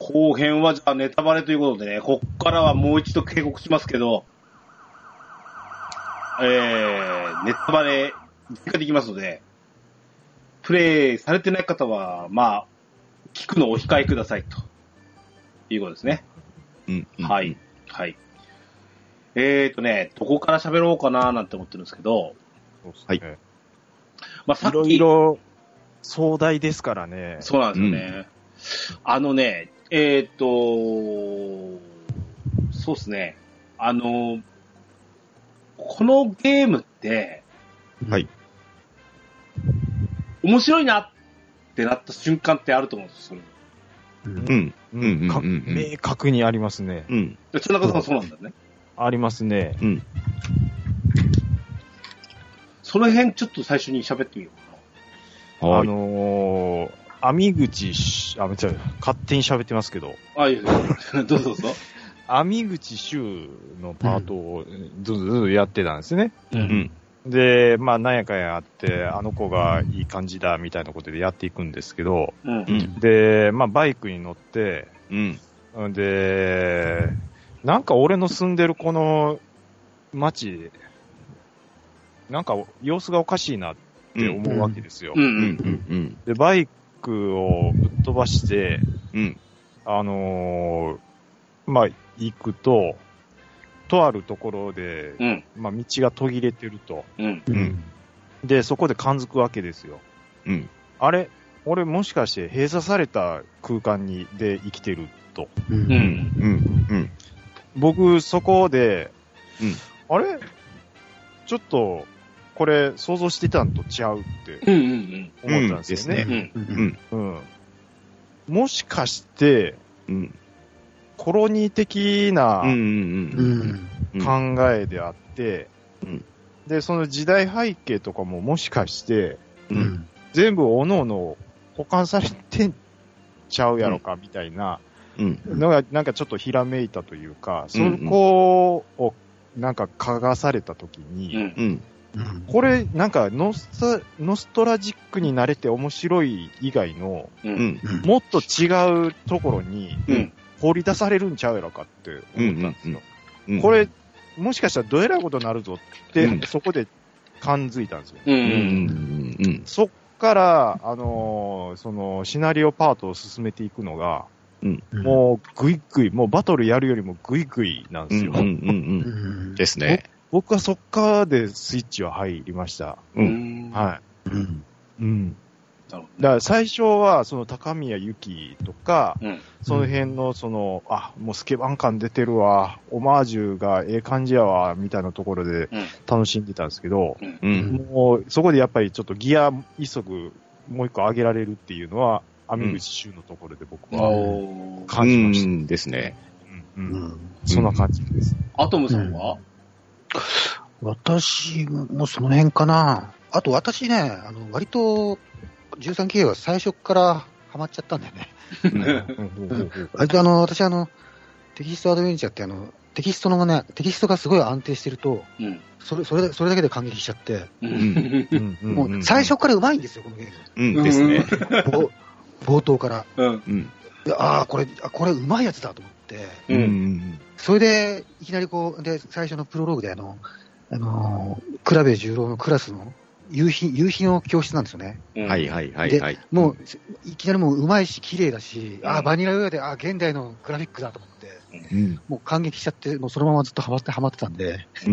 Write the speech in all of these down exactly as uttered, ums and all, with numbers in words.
後編はじゃあネタバレということでね、こっからはもう一度警告しますけど、えー、ネタバレ、追加できますので、プレイされてない方は、まあ、聞くのをお控えくださいということですね。 うん。うん、 はい。はい。えーとね、どこから喋ろうかななんて思ってるんですけど、 そうですね。 はい。 まあ、さっき。 いろいろ壮大ですからね。 そうなんですよね。うん、あのね、えーと、そうですね。あの、このゲームって、 はい。 面白いなってなった瞬間ってあると思うんですよ、 それ。うん。うん。うん。 か明確にありますね。 うん。 田中さんそうなんだね。 ありますね。 うん。 その辺ちょっと最初に喋ってみようかな。あのー、網口し、あ、めっちゃ勝手に喋ってますけど。 あ、いいですよ。どうぞどうぞ。 網口修のパートをずっとやってたんですね。 うん。 で、まあ、なんやかんやあって、あの子がいい感じだ、みたいなことでやっていくんですけど、 うん、 で、まあ、バイクに乗って、 うん。 で、なんか俺の住んでるこの街、なんか様子がおかしいなって思うわけですよ。 うん、うん、うん。 で、バイクをぶっ飛ばして、 うん。 あのー、まあ、行くと、とあるところで、 うん、 まあ、道が途切れてると、 うんうん。 で、そこで感づくわけですよ。 うん。 あれ俺もしかして閉鎖された空間にで生きてると。 うん。うん。 うん。 僕、そこで、 うん。 あれちょっと、これ想像してたんと違うって思ったんですよね。 うん。うん。 うん。もしかして、 うん。 コロニー的な考考えであって、 うん、 で、その時代背景とかももしかして、 うん、 全部各々保管されてんちゃうやろかみたいなのがなんかちょっとひらめいたというか、そこをなんか嗅がされたときに、 うんうん、 これなんかノスタ、ノストラジックになれて面白い以外の、 うん、 もっと違うところに放り出されるんちゃうやろかって思ったんですよ。 うんうん、 これ、もしかしたらどえらいことになるぞって、うん、そこで感づいたんですよ。 うんうんうん、そっから、あのー、その、シナリオパートを進めていくのが、 うん、 もう、ぐいぐい、もうバトルやるよりもぐいぐいなんですよ。 うんうんうんうん、ですね。 僕はそっからでスイッチは入りました。 うん、 はい。 うん。 うんだから最初は、その高宮由紀とか、 うん、 その辺の、その、あ、もうスケバン感出てるわ、オマージュがええ感じやわ、みたいなところで楽しんでたんですけど、 うん、 もう、そこでやっぱりちょっとギア一足もう一個上げられるっていうのは、網口修のところで僕は感じました。 うん、ですね。 うんうん。そんな感じです。 アトムさんは、 うん、私もその辺かな。あと私ね、あの、割と、じゅうさんケー は最初からハマっちゃったんだよね。割とあの、私あの、テキストアドベンチャーってあの、テキストのね、テキストがすごい安定してると、 うん、 それ、それ、それだけで感激しちゃって、 うん、 もう最初から上手いんですよ、このゲーム。うん、ですね。 冒頭から。 うん、 ああ、これ、これ上手いやつだと思って、 うん、 それで、いきなりこう、で、最初のプロローグであの、あのー、倉部十郎のクラスの、夕日、夕日の教室なんですよね。 はいはいはいはい。 もう、いきなりもう上手いし、綺麗だし、うん、ああ、バニラウェアで、ああ、現代のグラフィックだと思って、うん、もう感激しちゃって、もうそのままずっとハマって、ハマってたんで。うん、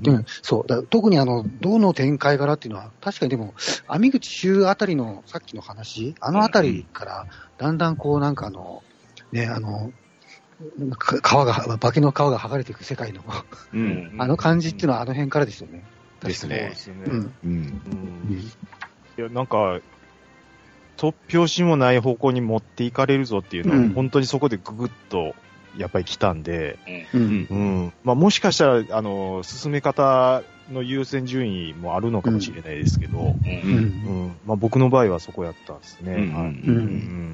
そうだ。特にあの、どの展開柄っていうのは、確かにでも、網口修あたりの、さっきの話、あのあたりから、だんだんこう、なんかあの、ね、あの、皮が、化けの皮が剥がれていく世界の、うん、あの感じっていうのはあの辺からですよね。 ですね。 うん。うん。いや、なんか、突拍子もない方向に持っていかれるぞっていうのは、うん、本当にそこでググッと、やっぱり来たんで、うん。うん。まあ、もしかしたら、あの、進め方の優先順位もあるのかもしれないですけど、うん。うん。まあ、僕の場合はそこやったんですね。うん。うん。うん。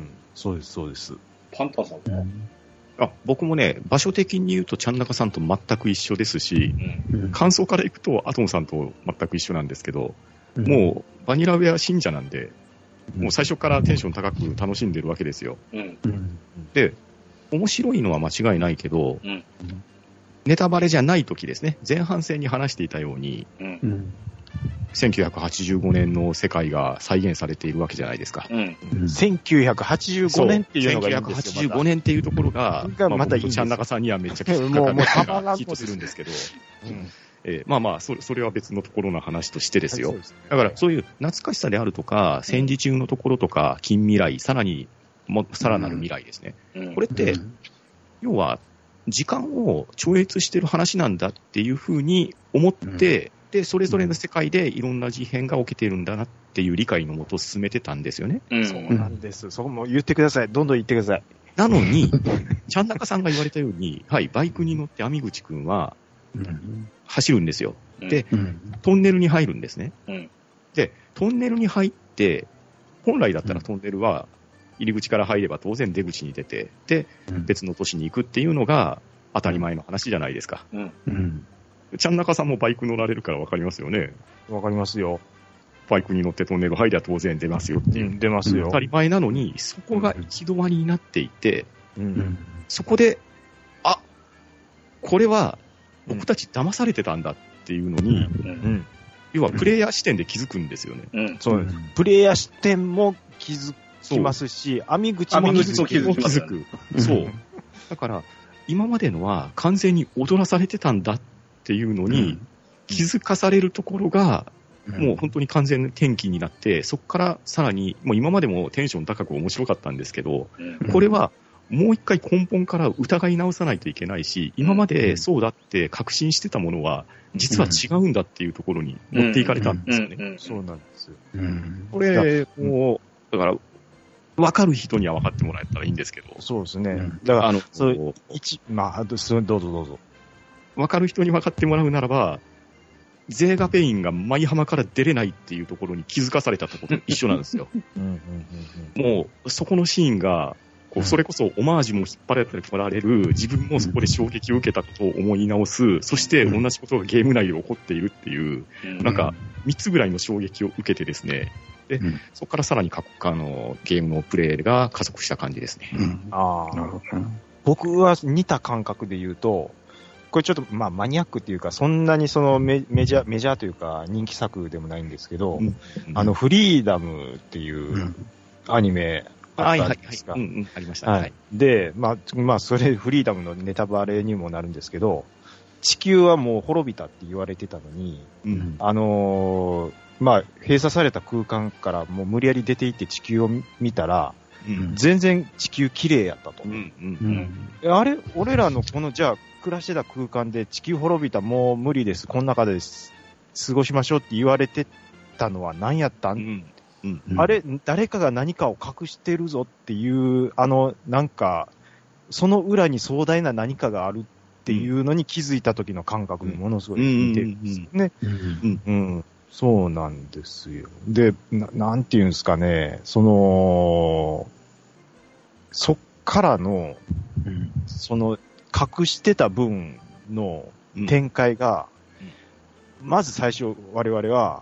そうです、そうです。 パンタンさんは、 あ、僕もね、場所的に言うと、ちゃんなかさんと全く一緒ですし、うん、感想からいくと、アトムさんと全く一緒なんですけど、うん、もう、バニラウェア信者なんで、 もう最初からテンション高く楽しんでるわけですよ。うん、で、面白いのは間違いないけど、うん、ネタバレじゃない時ですね、前半戦に話していたように、うん、せんきゅうひゃくはちじゅうごねんの世界が再現されているわけじゃないですか。うんうん、せんきゅうひゃくはちじゅうごねんっていうのがいいんですよ。せんきゅうひゃくはちじゅうごねんっていうところが、 まあ、またいいんですよ。 ちゃん中さんにはめっちゃ引っかかるからヒットするんですけど、うんえー、まあまあそれ、それは別のところの話としてですよ。はい、そうですね、だからそういう懐かしさであるとか、戦時中のところとか、近未来、さらにも、さらなる未来ですね。うん、これって、うん、要は、時間を超越してる話なんだっていうふうに思って、うん、で、それぞれの世界でいろんな事変が起きてるんだなっていう理解のもと進めてたんですよね。 うん、そうなんです。そこも言ってください。どんどん言ってください。 なのに、ちゃん中さんが言われたように、はい、バイクに乗って網口くんは、走るんですよ。で、うん、トンネルに入るんですね。うん、で、トンネルに入って、本来だったらトンネルは入り口から入れば当然出口に出て、で、うん、別の都市に行くっていうのが当たり前の話じゃないですか。うんうん、ちゃん中さんもバイク乗られるから分かりますよね。 分かりますよ。 バイクに乗ってトンネル入りゃ当然出ますよっていう。うん、 出ますよ。 当たり前なのに、そこが行き止まりになっていて、うん、そこで、あ、これは僕たち騙されてたんだっていうのに、うんうん、要はプレイヤー視点で気づくんですよね。 うん、そうです。プレイヤー視点も気づきますし、網口も気づく。 そう。だから、今までのは完全に踊らされてたんだっていうのに、気づかされるところが、もう本当に完全な転機になって、そこからさらに、もう今までもテンション高く面白かったんですけど、これはもう一回根本から疑い直さないといけないし、今までそうだって確信してたものは、実は違うんだっていうところに持っていかれたんですよね。 そうなんですよ。 これ、もう、だから、分かる人には分かってもらえたらいいんですけど。 そうですね。だから、あの、そう、一、まあ、どうぞどうぞ。 分かる人に分かってもらうならば、ゼーガペインが舞浜から出れないっていうところに気づかされたところと一緒なんですよ。もう、そこのシーンが、こうそれこそオマージュも引っ張られてられる、自分もそこで衝撃を受けたことを思い直す、そして同じことがゲーム内で起こっているっていう、なんかみっつぐらいの衝撃を受けてですね、で、そこからさらに各あのゲームのプレイが加速した感じですね。うん、 ああ、なるほど。僕は似た感覚で言うと、これちょっとまあマニアックっていうか、そんなにその メ, メジャー、メジャーというか人気作でもないんですけど、うんうん、あのフリーダムっていうアニメあったんですか。 はいはいはい、うんうん、ありました、はい。 で、まあ、まあそれフリーダムのネタバレにもなるんですけど、地球はもう滅びたって言われてたのに、うん、あのー、まあ閉鎖された空間からもう無理やり出ていって地球を見たら、うん、全然地球綺麗やったと、うんうんうん、あれ俺らのこのじゃあ暮らしてた空間で地球滅びたもう無理ですこの中で過ごしましょうって言われてたのは何やったん、うんうんうん、あれ誰かが何かを隠してるぞっていうあのなんかその裏に壮大な何かがあるっていうのに気づいた時の感覚にものすごい似てるんですよね、うんうんうんうん、そうなんですよ。で な, なんていうんですかね、そのそっからの、うん、その隠してた分の展開が、うん、まず最初我々は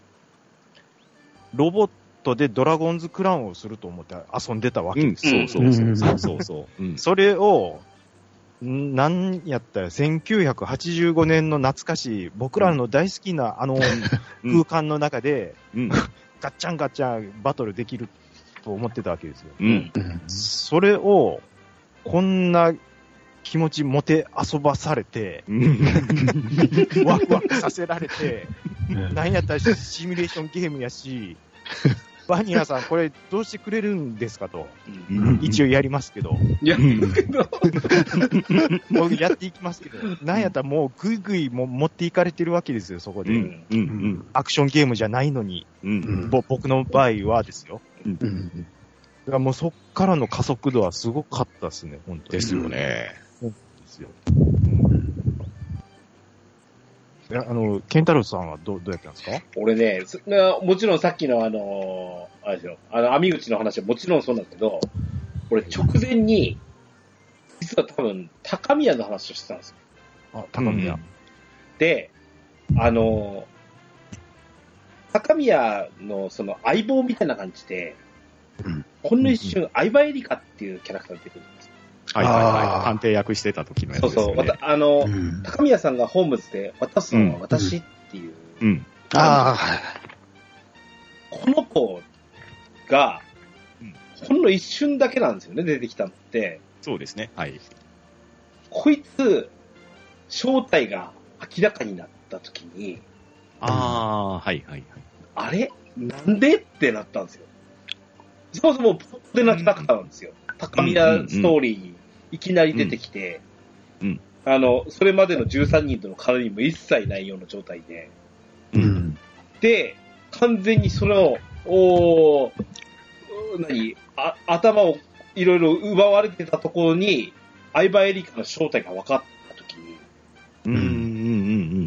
ロボットでドラゴンズクラウンをすると思って遊んでたわけです、 うん、そうそうそうそうそう、 うん、それをなんやったらせんきゅうひゃくはちじゅうごねんの懐かしい僕らの大好きなあの空間の中で、うん、ガッチャンガッチャンバトルできると思ってたわけですよ、うん、それをこんな気持ち持て遊ばされて、うん、ワクワクさせられてなんやったらシミュレーションゲームやしバニラさんこれどうしてくれるんですかと、うん、一応やりますけどやるけど僕やっていきますけどなんやったらもうグイグイも持っていかれてるわけですよそこで、うんうんうん、アクションゲームじゃないのに、うんうん、僕の場合はですよ、うんうん、だからもうそっからの加速度はすごかったですね本当にですよね、 うん、ですよ、うん、あのケンタロウさんはどうどうやったんですか？ 俺ね、もちろんさっきのあのあれですよ、あの網口の話はもちろんそうなんだけど、俺直前に実は多分高宮の話をしてたんですよ。 あ、高宮、うん、 で、あの高宮のその相棒みたいな感じで、うん、ほんの一瞬、相葉エリカっていうキャラクターが出てくるんです。 はいはいはい。探偵役してた時のやつですね。 そうそう。あの、うん、高宮さんがホームズで渡すのは私っていう。うん。うん、ああ、はい。この子が、ほんの一瞬だけなんですよね、出てきたのって。 そうですね。はい。 こいつ、正体が明らかになった時に、 ああ、はいはいはい。 あれなんでってなったんですよ。そもそもポップでなキャラクターなんですよ。高宮ストーリーにいきなり出てきて、うんうんうん、あの、それまでのじゅうさんにんとの絡みも一切ないような状態で、うん、で、完全にその、お何あ、頭をいろいろ奪われてたところに、相葉エリカの正体が分かったときに、うんうんうんうん、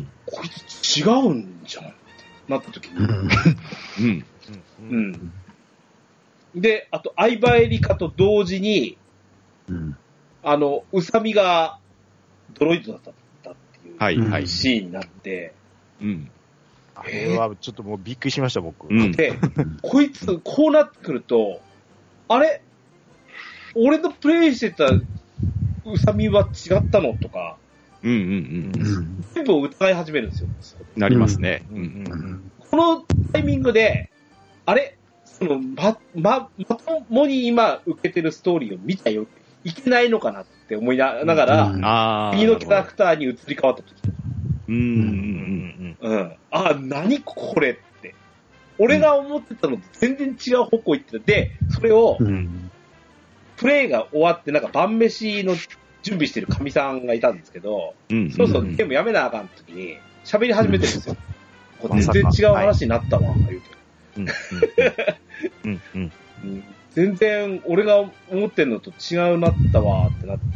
こいつ違うんじゃんってなったときに、うんうん、で、あと相葉エリカと同時に、うん、あの、宇佐美がドロイドだったっていうシーンになって、 うんうんあれはちょっともうびっくりしました、僕。 で、こいつ、こうなってくると、あれ俺のプレイしてた宇佐美は違ったのとか、うんうんうん、全部を疑い始めるんですよ。 なりますね。うんうんうん、 このタイミングで、あれその、ま、ま、まともに今受けてるストーリーを見たよいけないのかなって思いながら、うん、あ次のキャラクターに移り変わった時とか。うんうんうんうん。あ、何これって。俺が思ってたのと全然違う方向行ってて、で、それを、うん、プレイが終わって、なんか晩飯の準備してる神さんがいたんですけど、うんうんうん、そうそうゲームやめなあかん時に喋り始めてるんですよ。うん、全然違う話になったわ、言うて。うんうんうんうん、全然俺が思ってんのと違うなったわってなって、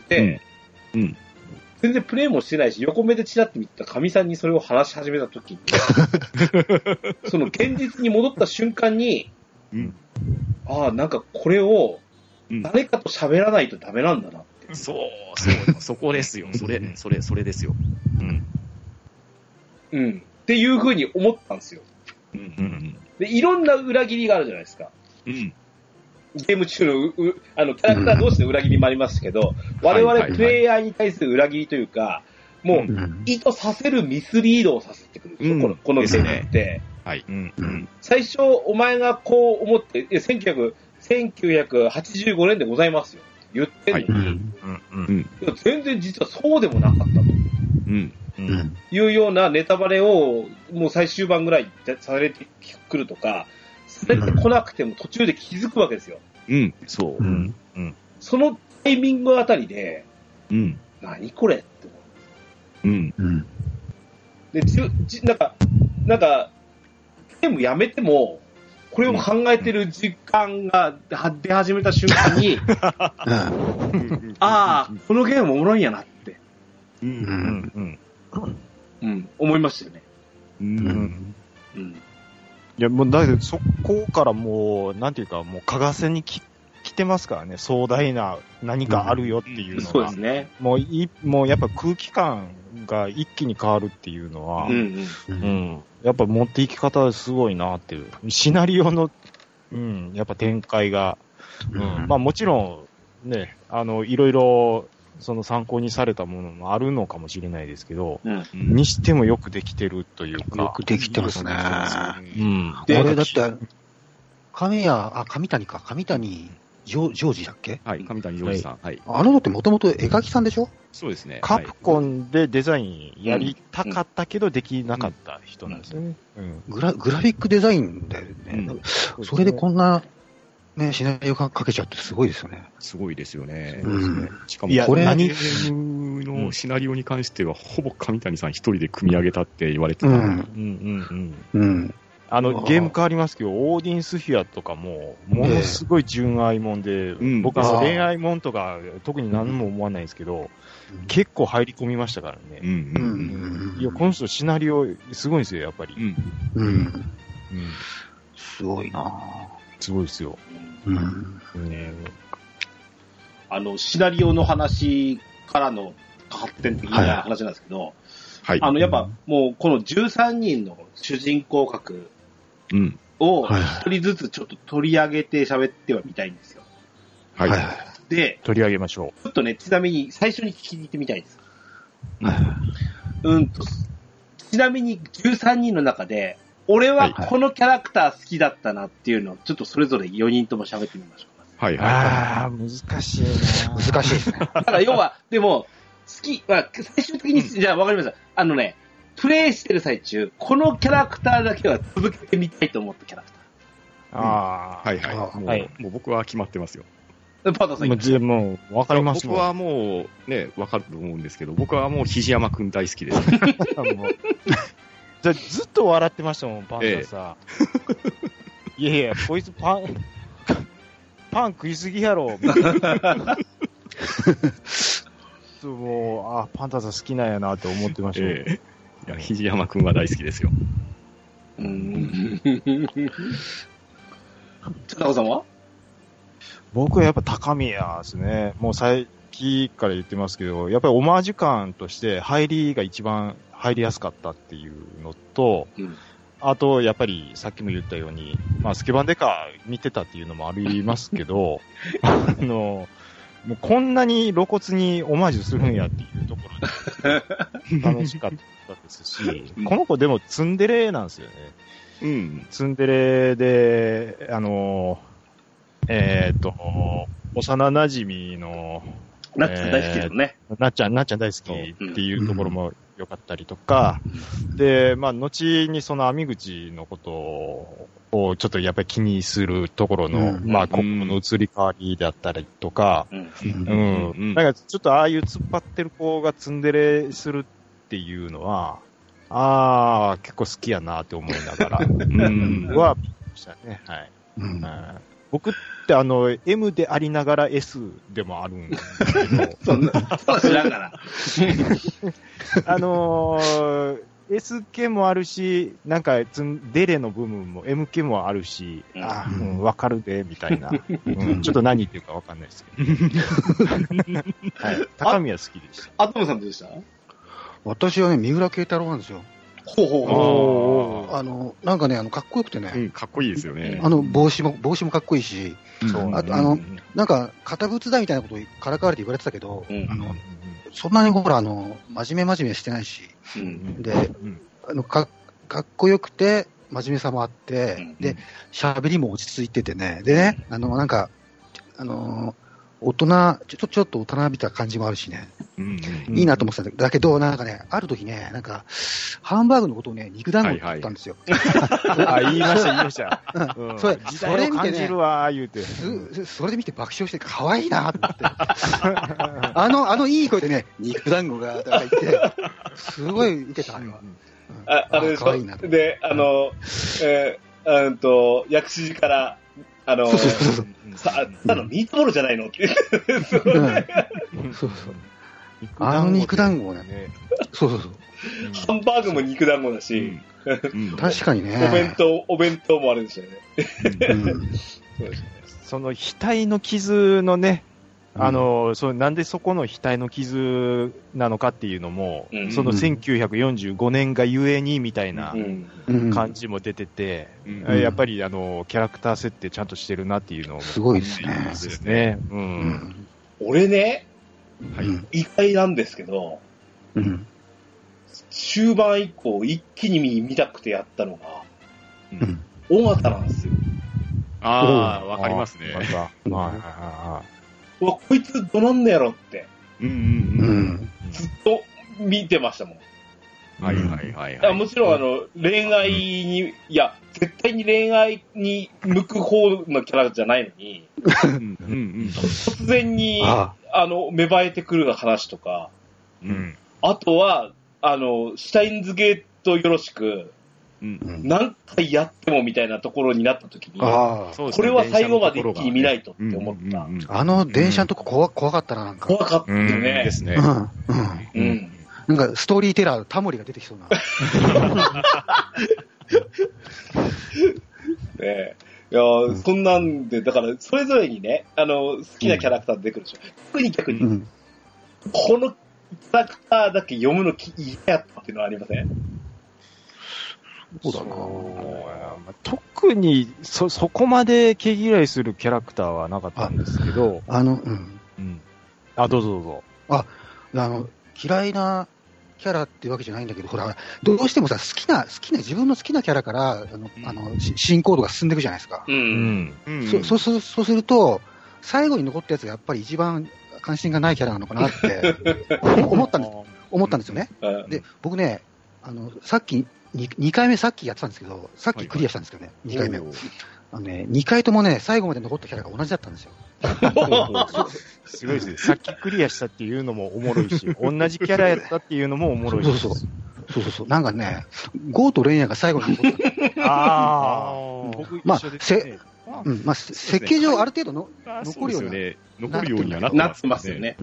うんうん、全然プレイもしてないし、横目でチラッと見た神さんにそれを話し始めた時に、その現実に戻った瞬間に、うん、ああ、なんかこれを誰かと喋らないとダメなんだなって。 うん、そう、そう、そこですよ。それ、それ、それですよ。うん。 うん。っていう風に思ったんですよ。うんうんうん。で、いろんな裏切りがあるじゃないですか。うん。ゲーム中のううあのキャラクター同士の裏切りもありますけど、うん、我々プレイヤーに対する裏切りというか、もう、意図させるミスリードをさせてくるんですよ、うん、この、このゲームって。はい。うんうん、最初、お前がこう思って、いや、せんきゅうひゃくはちじゅうごねんでございますよ。言ってんのに、はいうんうんうん、全然実はそうでもなかったと。うんうん、いうようなネタバレをもう最終盤ぐらいされてくるとか、されてこなくても途中で気づくわけですよ。うん、そう。うんうん、そのタイミングあたりで、うん、何これって思う。うん。で、じじなんか、なんか、ゲームやめても、これを考えてる時間が出始めた瞬間に、ああ、このゲームおもろいんやなって。うんうんうんうん、思いましたよね。うん。 うん。いや、もう、だけど、そこからもう、なんていうか、もう、かがせにき来てますからね、壮大な何かあるよっていうのが。うん、そうですね。もうい、もう、やっぱ空気感が一気に変わるっていうのは、うん、うん。うん。やっぱ持っていき方すごいなっていう。シナリオの、うん、やっぱ展開が、うん。うん、まあ、もちろん、ね、あの、いろいろ、その参考にされたものもあるのかもしれないですけど、うん、にしてもよくできてるというか。 よくできてますね。うん。で、あれだって、神谷、あ、神谷か、神谷ジョージだっけ？ はい、神谷ジョージさん。はい。 あの子ってもともと絵描きさんでしょ？ そうですね。 カプコンでデザインやりたかったけどできなかった人なんですよね。 うん。グラ、グラフィックデザインだよね。うん、それでこんな、ね、シナリオかけちゃってすごいですよね。 すごいですよね。うん、しかも、これ、ゲームのシナリオに関しては、ほぼ神谷さん一人で組み上げたって言われてた。うん、うん、 うん。うん。あの、ゲーム変わりますけど、オーディンスフィアとかも、ものすごい純愛もんで、うん、僕は恋愛もんとか、特に何も思わないですけど、うん、結構入り込みましたからね。うん、うん。いや、この人シナリオ、すごいんですよ、やっぱり。うん。うん。うん、 すごいなぁ。 すごいですよ。うん。 ね、あの、シナリオの話からの発展的な話なんですけど、はい。あの、やっぱ、もう、このじゅうさんにんの主人公格を一人ずつちょっと取り上げて喋ってはみたいんですよ。 はい。 で、 取り上げましょう。ちょっとね、ちなみに最初に聞きに行ってみたいです。はい。うんと、ちなみにじゅうさんにんの中で、俺はこのキャラクター好きだったなっていうのを、ちょっとそれぞれよにんとも喋ってみましょう。 はいはい。 ああ、難しいな。 難しいですね。 だから要は、でも、好き、まあ、最終的に、うん、じゃあわかりました。あのね、プレイしてる最中、このキャラクターだけは続けてみたいと思ったキャラクター。ああ、うん、はいはい。もう、はい、もう僕は決まってますよ。 パーターさん。 もう、わかります僕はもう、ね、わかると思うんですけど、僕はもう、ひじやまくん大好きです。 じゃずっと笑ってましたもん、パンダさ。ええ、いやいや、こいつパン、パン食いすぎやろ。もう、あ、パンダさん好きなんやなって思ってました。ええ、いや、ひじやまくんは大好きですよ。 うーん。田中さんは？ 僕はやっぱ高宮ですね。もう最近から言ってますけど、やっぱりオマージュ感として入りが一番入りやすかったっていうのと、うん、あと、やっぱりさっきも言ったように、まあ、スケバンデカ見てたっていうのもありますけど、あの、もうこんなに露骨にオマージュするんやっていうところで楽しかったですし、この子でもツンデレなんですよね。うん。ツンデレで、あの、えっ、ー、と、幼馴染の、 なっちゃん大好きですね、 えー。なっちゃん、なっちゃん大好きっていうところも良かったりとか、うん、で、まあ、後にその網口のことをちょっとやっぱり気にするところの、うん、まあ、今後の移り変わりであったりとか、うん。うんうん、なんかちょっとああいう突っ張ってる子がツンデレするっていうのは、ああ、結構好きやなって思いながら、うん、は、見ましたね。はい。うん僕ってあの、M でありながら S でもあるんですけど。 そんな、そう知らんがな。 あのー、S 系もあるし、なんか、デレの部分も M 系もあるし、うん、ああ、うん、わかるで、みたいな、うん。ちょっと何言ってるかわかんないですけど。はい。高宮好きでした。 あトムさんどうでした？ 私はね、三浦慶太郎なんですよ。 ほうほうほう。あの、なんかね、あの、かっこよくてね。 うん、かっこいいですよね。 あの、帽子も、帽子もかっこいいし、そう。あと、あの、なんか、堅物だみたいなことをからかわれて言われてたけど、うん、あの、そんなにほら、あの、真面目真面目してないし、うん、で、うん、あの、か、かっこよくて、真面目さもあって、うん、で、喋りも落ち着いててね、でね、あの、なんか、あの、大人、ちょっと、ちょっと大人びた感じもあるしね。うんうん、いいなと思ってたんだけど、なんかね、ある時ね、なんか、ハンバーグのことをね、肉団子って言ったんですよ。 はいはい、あ、言いました、言いました。 うん、それ、それ見てね、 言うてそ、それで見て爆笑して、可愛いなと思って。あの、あのいい声でね、肉団子が、とか言って、すごい受けた、あれは。 あ、あれでしょ。で、あの、えー、うんと、薬師寺から、あの、そうそうそうそうさ、ただのミートボールじゃないのって言って。そうそう。あの肉団子はね、そうそうそう。 ハンバーグも肉団子だし、 確かにね。 お弁当、お弁当もあるんですよね。 その額の傷のね、あの、そなんでそこの額の傷なのかっていうのも、うん、そのせんきゅうひゃくよんじゅうごねんがゆえにみたいな感じも出てて、うんうん、やっぱりあの、キャラクター設定ちゃんとしてるなっていうのもすごいですね。 ですね。うん、 俺ね、はい、意外なんですけど、うん、終盤以降一気に見たくてやったのが、うん、尾形なんですよ。 ああ、わかりますね。 うわ、こいつどなんだやろって、うんうんうん、ずっと見てましたもん。 はいはいはい、はい。 もちろんあの、恋愛に、うん、いや、絶対に恋愛に向く方のキャラじゃないのに、うんうんうん、突然に、ああの、芽生えてくる話とか、うん、あとは、あの、シュタインズゲートよろしく、うん、何回やってもみたいなところになった時に、あこれは最後まで一気に見ないとって思った。 あの電車のとこ怖、怖かったな、なんか。 怖かったよね。うんですね。 うん。うん。なんかストーリーテラー、タモリが出てきそうな。 ねえ。いや、うん、そんなんで、だから、それぞれにね、あの、好きなキャラクター出てくるでしょ。特に逆に、うん、このキャラクターだけ読むの嫌やったっていうのはありません？ そうだな。 特にそ、そこまで毛嫌いするキャラクターはなかったんですけど。 あの、うん。 うん。あ、どうぞどうぞ。 あ、あの、嫌いなキャラっていうわけじゃないんだけど、ほら、どうしてもさ、好きな、好きな、自分の好きなキャラから、あの、うん、あの進行度が進んでいくじゃないですか。 うん。 うん、そ, そうする、そうすると、最後に残ったやつがやっぱり一番関心がないキャラなのかなって思ったんです、思ったんですよね。で、僕ね、あの、さっき、にかいめさっきやってたんですけど、さっきクリアしたんですけどね、はいはい、にかいめを。あのね、にかいともね、最後まで残ったキャラが同じだったんですよ。 すごいですね。さっきクリアしたっていうのもおもろいし、同じキャラやったっていうのもおもろいし。 そうそう。そうそうそう。なんかね、ゴーとレンヤが最後に残った。ああ。僕一緒ですね。まあ、うん。まあ、設計上ある程度の残るように、ね、 残るようにはなってますよね。うん。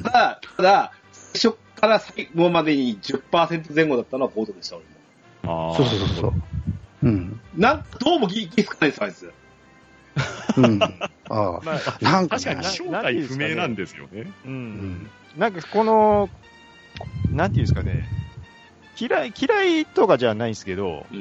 ただ、ただ、最初から最後までに じゅっパーセント 前後だったのはゴートでした、俺も。ああ。そうそうそう。うん。 なんどうも気づかないです、あいつ。 うん。ああ。 まあ、なんか、ね、確かに正体不明なんですよね。 うん。うん、なんかこの、なんていうんですかね。嫌い、嫌いとかじゃないんですけど、うん、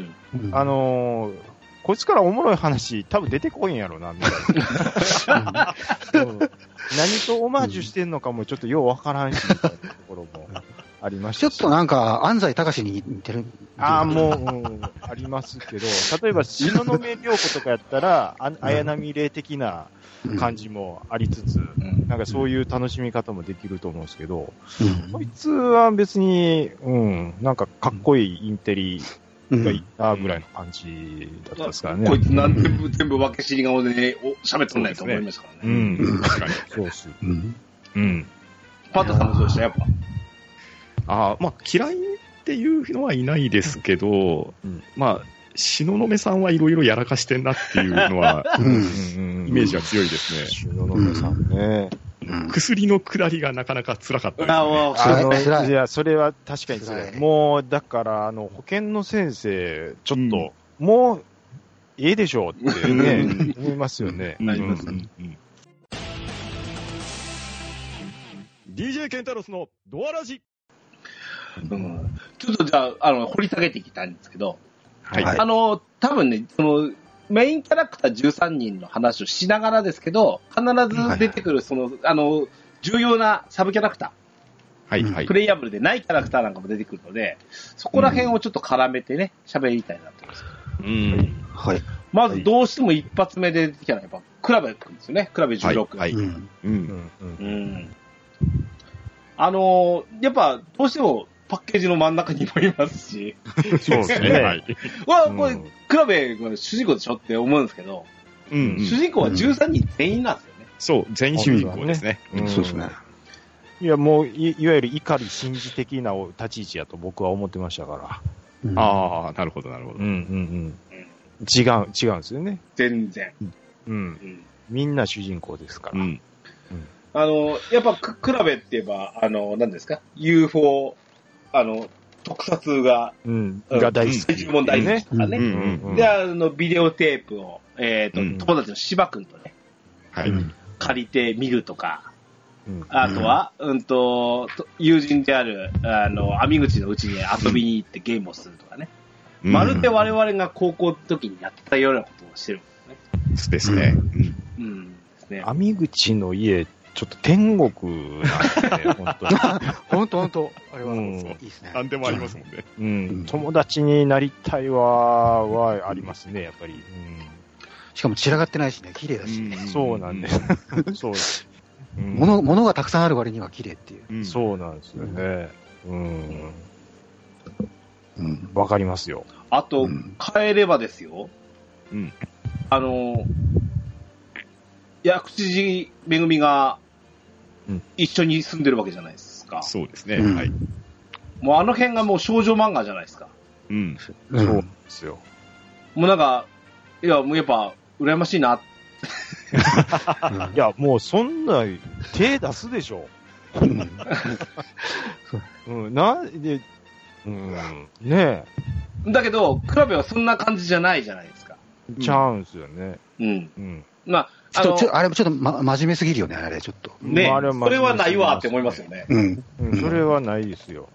あのー、こいつからおもろい話多分出てこいんやろな、みたいな。うん、何とオマージュしてんのかもちょっとようわからんし、みたいなところもありましたし。 ちょっとなんか、安西隆に似てる。 ああ、もう、うん、ありますけど、例えば、東雲涼子とかやったら、あ綾波霊的な感じもありつつ、うん、なんかそういう楽しみ方もできると思うんですけど、うん、こいつは別に、うん、なんかかっこいいインテリがいいなぐらいの感じだったですからね。 こいつなんて全部、全部分け知り顔でね、喋っとんないと思いますからね。 うん、確かに。そうっす。うん。 うん。パンタさんもそうでした、やっぱ。 ああ、まあ、嫌いっていうのはいないですけど、うん、まあ、東雲さんはいろいろやらかしてんなっていうのは、うん、イメージは強いですね。 東雲さんね。 うん、薬の下りがなかなか辛かったですね。 あの、いや、それは確かに辛い。もう、だから、あの、保健の先生、ちょっと、うん、もう、ええでしょうってね、思いますよね。なります。ディージェー ケンタロスのドアラジ。 うん、ちょっとじゃあ、あの、掘り下げていきたいんですけど、 はい。 あの、多分ね、その、メインキャラクターじゅうさんにんの話をしながらですけど、必ず出てくる、その、はい、あの、重要なサブキャラクター、はいはい、 プレイヤブルでないキャラクターなんかも出てくるので、そこら辺をちょっと絡めてね、喋りたいなと思います。 うん。 はい。 まず、どうしても一発目で出てきたのは、やっぱ、クラベ君ですよね。クラベじゅうろく。 はい。はい、うん。うん。 うん。あの、やっぱ、どうしても、パッケージの真ん中にもいますし。 そうですね。はい。 わ、これ、クラベが主人公でしょって思うんですけど、うん、うん、主人公はじゅうさんにん全員なんですよね。 うん、そう、全員主人公ですね。 うん、そうですね。 いや、もうい、いわゆる怒り神事的な立ち位置やと僕は思ってましたから。 うん、ああ、なるほど、なるほど。 うん、うん、うん。違う、違うんですよね。 全然。 うん。うん、みんな主人公ですから。うん。 あの、やっぱ、クラベって言えば、あの、何ですか ?ユーフォー、あの、特撮が、 うん、が大好き。 最終問題ですからね。うん、で、あの、ビデオテープを、えっ、ー、と、うん、友達の芝君とね、 はい。 借りて見るとか、うん、あとは、うんと、友人である、あの、網口のうちに遊びに行ってゲームをするとかね。うん、まるで我々が高校の時にやってたようなことをしてるんですね。ですね。 うん。うん。ですね。 網口の家、ちょっと天国なんですね、本当に。 本当本当。あれは、うん、いいですね。 何でもありますもんね。 うん。友達になりたいは、はありますね、やっぱり。うん、 しかも散らがってないしね、綺麗だし、ね。 そうなんです。そうです。 物、物がたくさんある割には綺麗っていう。 うん、そうなんですよね。うん。うん。わかりますよ。 あと、うん、変えればですよ。 うん。 あの、薬師めぐみが、一緒に住んでるわけじゃないですか。 そうですね。うん、はい。 もうあの辺がもう少女漫画じゃないですか。 うん。 そうですよ。 もうなんか、いや、もうやっぱ、羨ましいな。 いや、もうそんな、手出すでしょ。うん、なんで、うん、ねえ。だけど、クラベはそんな感じじゃないじゃないですか。 ちゃうんすよね。 うん。うん。まあ、 あの、ちょっと、あれもちょっと、ま、真面目すぎるよね、あれ、ちょっと。 ねえ、それはないわって思いますよね。 うん。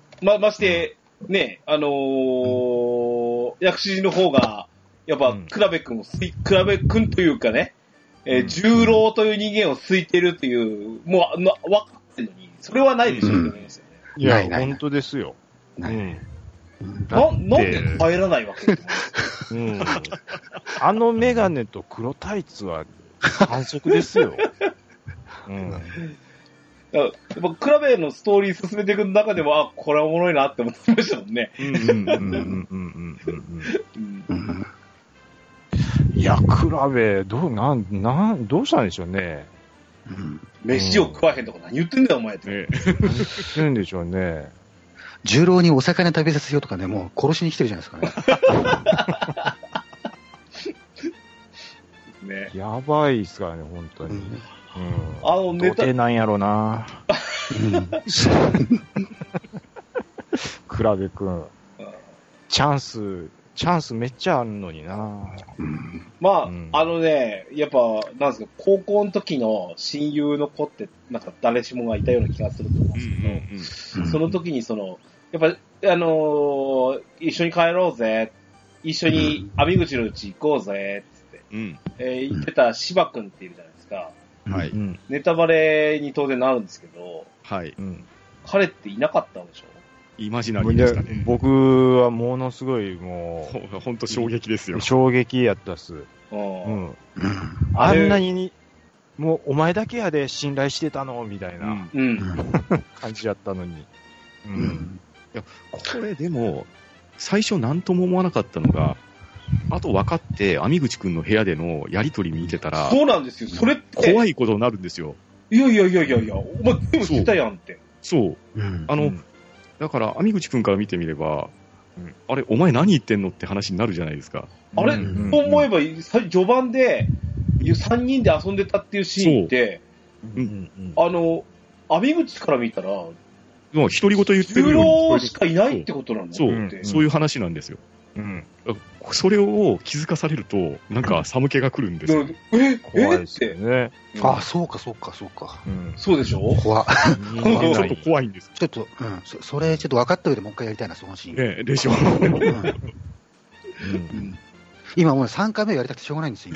うん、それはないですよ。 ま、まして、ね、あのー、 の、薬師寺の方が、やっぱ、倉部君をすい、倉部君というかね、えー、重郎という人間を好いてるっていう、もう、な、分かってるのに、それはないでしょうね。 いや、本当ですよ。 ない。 な、なんで帰らないわけうん。あのメガネと黒タイツは反則ですよ。うん。 やっぱクラベのストーリー進めていく中では、あ、これはおもろいなって思ってましたもんね。 いや、クラベ、どう、なん、なん、どうしたんでしょうね。 うん、飯を食わへんとか何言ってんだよ、お前って。 何言ってんでしょうね。 重郎にお魚食べさせようとかね、もう殺しに来てるじゃないですかね。ね、やばいっすからね、本当に。うん、 あのネタ。 どてなんやろな。クラベ君。チャンス、チャンスめっちゃあるのにな。 うん、まあ、うん、あのね、やっぱ、なんですか、高校の時の親友の子って、なんか誰しもがいたような気がすると思うんですけど、うんうんうん、その時にその、やっぱ、あのー、一緒に帰ろうぜ、一緒に網口のうち行こうぜ、つって、うんえー、言ってた芝君っているじゃないですか。はい。ネタバレに当然なるんですけど、はい。うん、彼っていなかったんでしょ？ イマジナリーでしたね。 僕はものすごいもう、ほんと衝撃ですよ。 衝撃やったっす。うん。あんなに、もうお前だけやで信頼してたのみたいな、うん、感じやったのに。うん。うん、 いや、これでも、最初何とも思わなかったのが、あと分かって、網口くんの部屋でのやりとり見てたら、 そうなんですよ。それって。 怖いことになるんですよ。 いやいやいやいやいや、お前全部知ったやんって。 そう。そううん、あの、うん、だから、網口くんから見てみれば、うん、あれ、お前何言ってんのって話になるじゃないですか。 あれ、うん、と思えば、序盤で、さんにんで遊んでたっていうシーンって、うん、あの、網口から見たら、 独り言言ってるように。重郎しかいないってことなんだそう、うん、そういう話なんですよ。うん。それを気づかされると、なんか寒気が来るんですよ。 え怖いですよね。 あ、そうか、そうか、そうか。 うん、そうでしょ怖ちょっと怖いんです。 ちょっと、うん、そ, それちょっと分かった上でもう一回やりたいな、そのシーン。 ええ、でしょ。うんうんうん今もうさんかいめやりたくてしょうがないんですよ。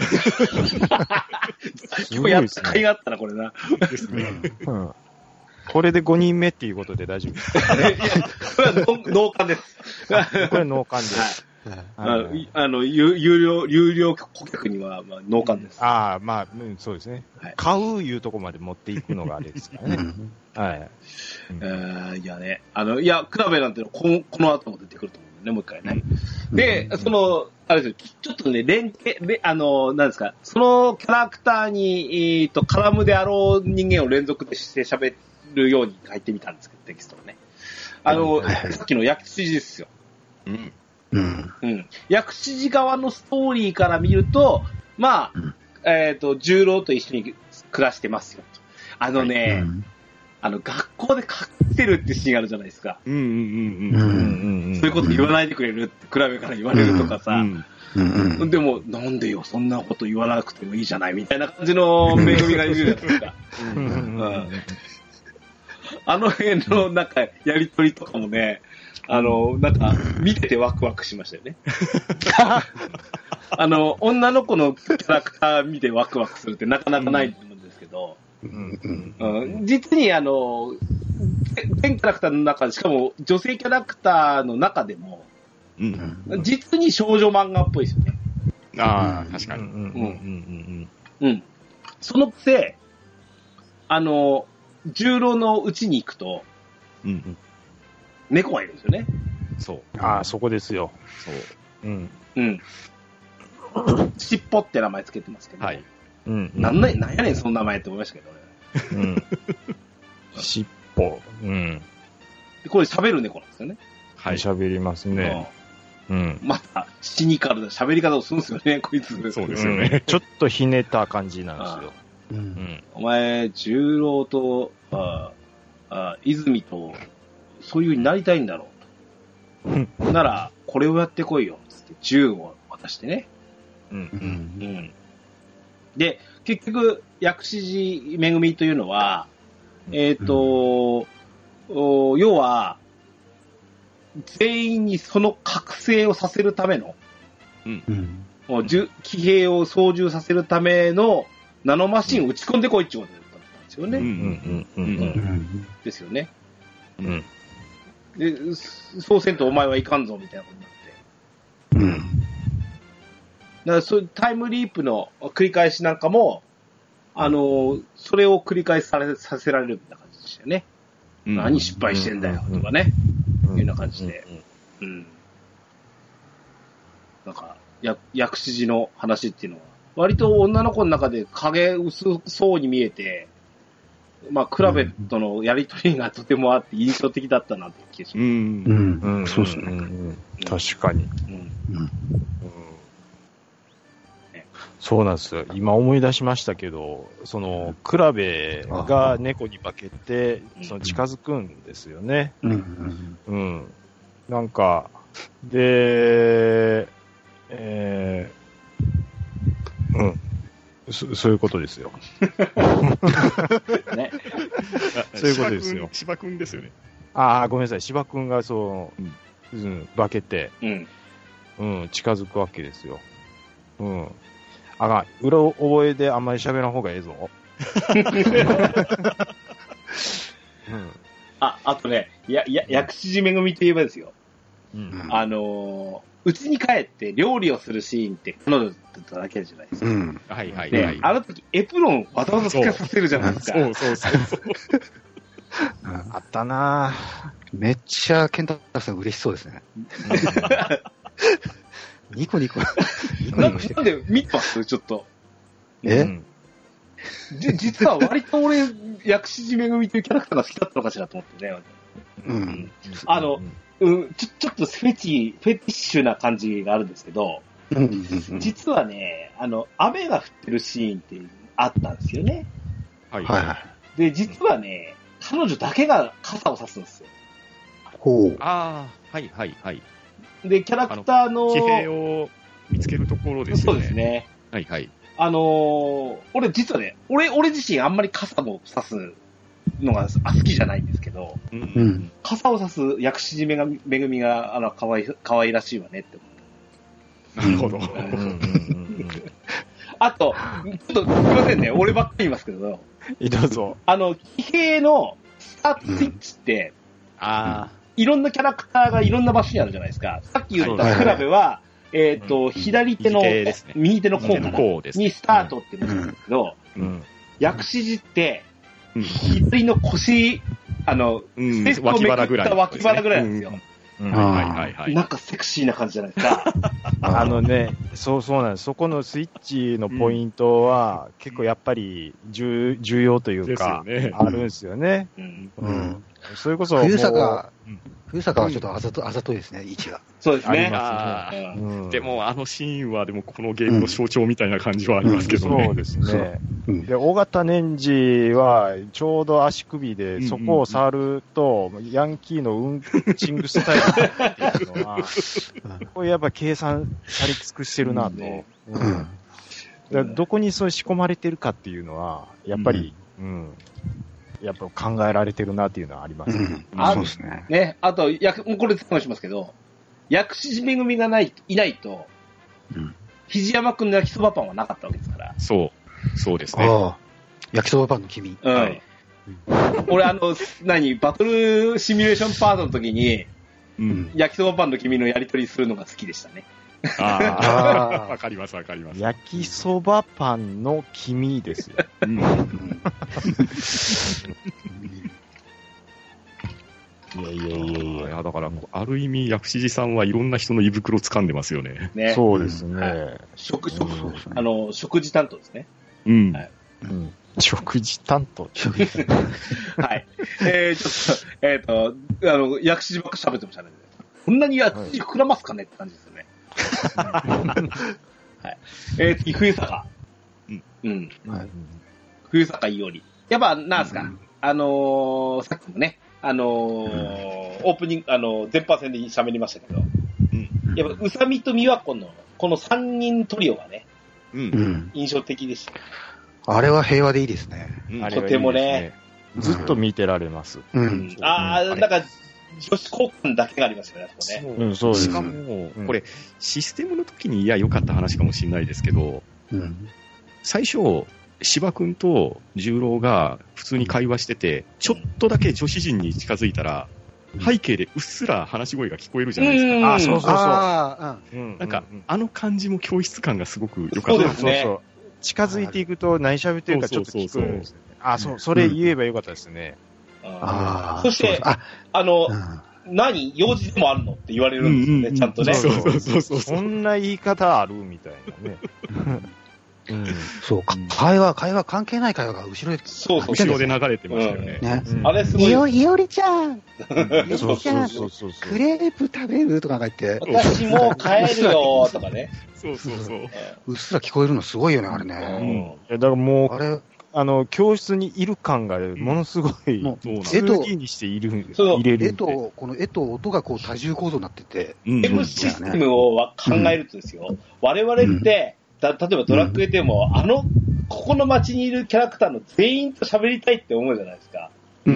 今日やった甲斐があったな、これな。 ですね。 うんこれでごにんめっていうことで大丈夫ですか？ いや、これは脳幹です。 これ脳幹です。 はい、あの、有料、有料顧客には、まあ、脳幹です。 ああ、まあ、うん、そうですね。はい、買ういうとこまで持っていくのがあれですからね。はい。 うん、えー、いやね、あの、いや、クラベなんてのこの、この後も出てくると思うんだよね、もう一回ね。で、その、あれですよ、ちょっとね、連携、あの、なんですか、そのキャラクターに、えー、と、絡むであろう人間を連続でして喋るように書いてみたんですけど、テキストをね。あの、さっきの薬師寺ですよ。うん。うん。うん。薬師寺側のストーリーから見ると、まあ、うん、えっ、ー、と、重郎と一緒に暮らしてますよ。あのね、うん、あの、学校で隠してるってシーンがあるじゃないですか。うんうんうんうん。そういうこと言わないでくれるって比べから言われるとかさ。うんうんうん、でも、なんでよ、そんなこと言わなくてもいいじゃないみたいな感じのめぐみがいるじゃないですか。うんうんうん、あの辺のなんかやりとりとかもね、あの、なんか見ててワクワクしましたよね。あの、女の子のキャラクター見てワクワクするってなかなかないと思うんですけど、うんうんうん、実にあの、全キャラクターの中で、しかも女性キャラクターの中でも、うんうん、実に少女漫画っぽいですよね。 ああ、確かに。うんうんうん。そのくせ、あの、重郎の家に行くと、うんうん、猫がいるんですよね。 そう。ああ、そこですよ。そう。 うん。うん。しっぽって名前つけてますけど。はい。うん。なんな、なんやねん、その名前って思いましたけどね。うん。 しっぽ。うん。 でこれ喋る猫なんですよね。 はい。喋りますね。 うん。また、シニカルな喋り方をするんですよね、こいつ。 そうですよね。うん、 ちょっとひねった感じなんですよ。 うん。うん、お前、重郎と、ああ、泉と、そういう風になりたいんだろうと。なら、これをやってこいよ、つって銃を渡してね。うん。うん。うん。で、結局、薬師寺めぐみというのは、えっ、ー、と、うん、要は、 全員にその覚醒をさせるための、うん。もう、騎兵を操縦させるためのナノマシンを打ち込んでこいってことだったんですよね。うんうんうんうん。ですよね。うん。で、そうせんとお前はいかんぞみたいなことになって。うん。だからそういうタイムリープの繰り返しなんかも、あの、それを繰り返されさせられるみたいな感じでしたよね。うん、何失敗してんだよとかね。いうような感じで。うん。なんか、や薬師寺の話っていうのは、割と女の子の中で影薄そうに見えて、まあ、クラベとのやりとりがとてもあって印象的だったなって気がします。うん。 うん。そうですね。うん、確かに。うん。うん。そうなんですよ。今思い出しましたけど、その、クラベが猫に化けて、その近づくんですよね。うん。うん。なんか、で、えー、うん。そ, そういうことですよ。ね、そういうことですよ。 芝くんですよね。 ああ、ごめんなさい。芝くんがそう、うん、化けて、うん、うん、近づくわけですよ。うん。あが、うろ覚えであんまり喋らん方がええぞ。うん、 あ、あとね、や、や、薬師寺めぐみといえばですよ。うん、あのー、うちに帰って料理をするシーンって彼女だっただけじゃないですか。うん。はいはいはい。あの時エプロンわざわざつけさせるじゃないですか。そうそうそうそう。 あったなぁ。 めっちゃケンタッカーさん嬉しそうですね。ニコニコ。ニコニコしてなんで見てますちょっと。 え、うん、 じ実は割と俺、薬師寺めぐみというキャラクターが好きだったのかしらと思ってね。うん。うん、あの、うん、ちょ、ちょっとフェチ、フェティッシュな感じがあるんですけど、実はね、あの、雨が降ってるシーンってあったんですよね。はいはい。で、実はね、彼女だけが傘を差すんですよ。 ほう。ああ、はいはいはい。 で、キャラクターの。 騎兵を見つけるところですよね。 そうですね。 はいはい。 あのー、俺実はね、俺、俺自身あんまり傘も差すのが好きじゃないんですけど、うん、傘を差す薬師寺めぐみが、あの、かわい、かわいらしいわねって思った。なるほど。 あと、ちょっとすいませんね、俺ばっかり言いますけど、 いいどうぞ。 あの、騎兵のスタートスイッチって、うん、あいろんなキャラクターがいろんな場所にあるじゃないですか。さっき言ったクラベは、えっ、ー、と、うん、左手の、右手ですね、右手の甲かなにスタートって言うんですけど、うんうん、薬師寺って、うん、左の腰、あの、 うん、ステップをめくった脇腹ぐらいなんですよ。うん、はいはいはい。なんかセクシーな感じじゃないですか。 あのね、そうそうなんです。そこのスイッチのポイントは、うん、結構やっぱり重重要というか、ね、あるんですよね。うんうん、それこそ。 冬坂、冬坂はちょっとあざと、あざといですね、位置が。 そうですね。 ありますね、うん。でも、あのシーンは、でも、このゲームの象徴みたいな感じはありますけどね。 うん、そうですね。で、大型年次は、ちょうど足首で、そこを触ると、うんうん、ヤンキーのウンチングスタイルっていうのは、これやっぱ計算され尽くしてるなと。うんうんうん、どこにそう仕込まれてるかっていうのは、やっぱり、うん、うんやっぱ考えられてるなっていうのはありますね。うん、 あそうですね。ね、あと、やもうこれ説明しますけど、薬師寺めぐみがない、いないと、うん、肘山くんの焼きそばパンはなかったわけですから。 そう。そうですね。ああ。 焼きそばパンの君。うん。はい、 俺、あの、何、バトルシミュレーションパートの時に、うん、焼きそばパンの君のやりとりするのが好きでしたね。 ああ、わかりますわかります。 焼きそばパンの黄身ですよ。うん、いやいやいやいや、いやだからある意味薬師寺さんはいろんな人の胃袋掴んでますよね。 ねそうですね。はい、 食食、うん、あの食事担当ですね。 うん。はい、うん、食事担当。食事担当。はい。えー、ちょっとえっ、ー、とあの薬師寺ばっか喋ってましたね。こんなに薬師寺膨らますかねって感じですよね。はい。えー、次、冬坂。うん。うん。はい、冬坂いおり。やっぱ、なんすか、うん、あのー、さっきもね、あのーうん、オープニング、あのー、前半戦で喋りましたけど、うん。やっぱ、宇佐美と美和子の、この三人トリオがね、うん。印象的でした。 あれは平和でいいですね。 うん、とてもね。 ずっと見てられます。 うん。うん、ああ、なんか、 女子交換だけがありますよね、そこね。 うん、そうです。 しかも、これ、システムの時にいや良かった話かもしれないですけど、うん、最初、芝君と十郎が普通に会話してて、ちょっとだけ女子陣に近づいたら、背景でうっすら話し声が聞こえるじゃないですか。 あ、そうそうそう。あなんか、あの感じも教室感がすごく良かったですね。 そうそう。近づいていくと何喋ってるかちょっと聞こえるんですよね。あ、そう、それ言えばよかったですね。 ああ。そして、あ、あの、何用事でもあるのって言われるんですよね、ちゃんとね。 そうそうそうそう。 そんな言い方あるみたいなね。 うん、そうか、会話、会話関係ない会話が後ろで、 そうそう、後ろで流れてましたよね。 ね、 うん、あれすごい。 いお、いおりちゃん、いおりちゃん、クレープ食べるとか言って、 私もう帰るよとかね。 そうそうそう。 うっすら聞こえるのすごいよね、あれね。 うん、だからもう、あれ、あの、教室にいる感がものすごい、もう、絵と、にしている、入れる。 絵と、この絵と音がこう多重構造になってて。 ゲームシステムを考えるとですよ、我々って、だ例えばドラクエでも、うん、あの、ここの街にいるキャラクターの全員と喋りたいって思うじゃないですか。うん。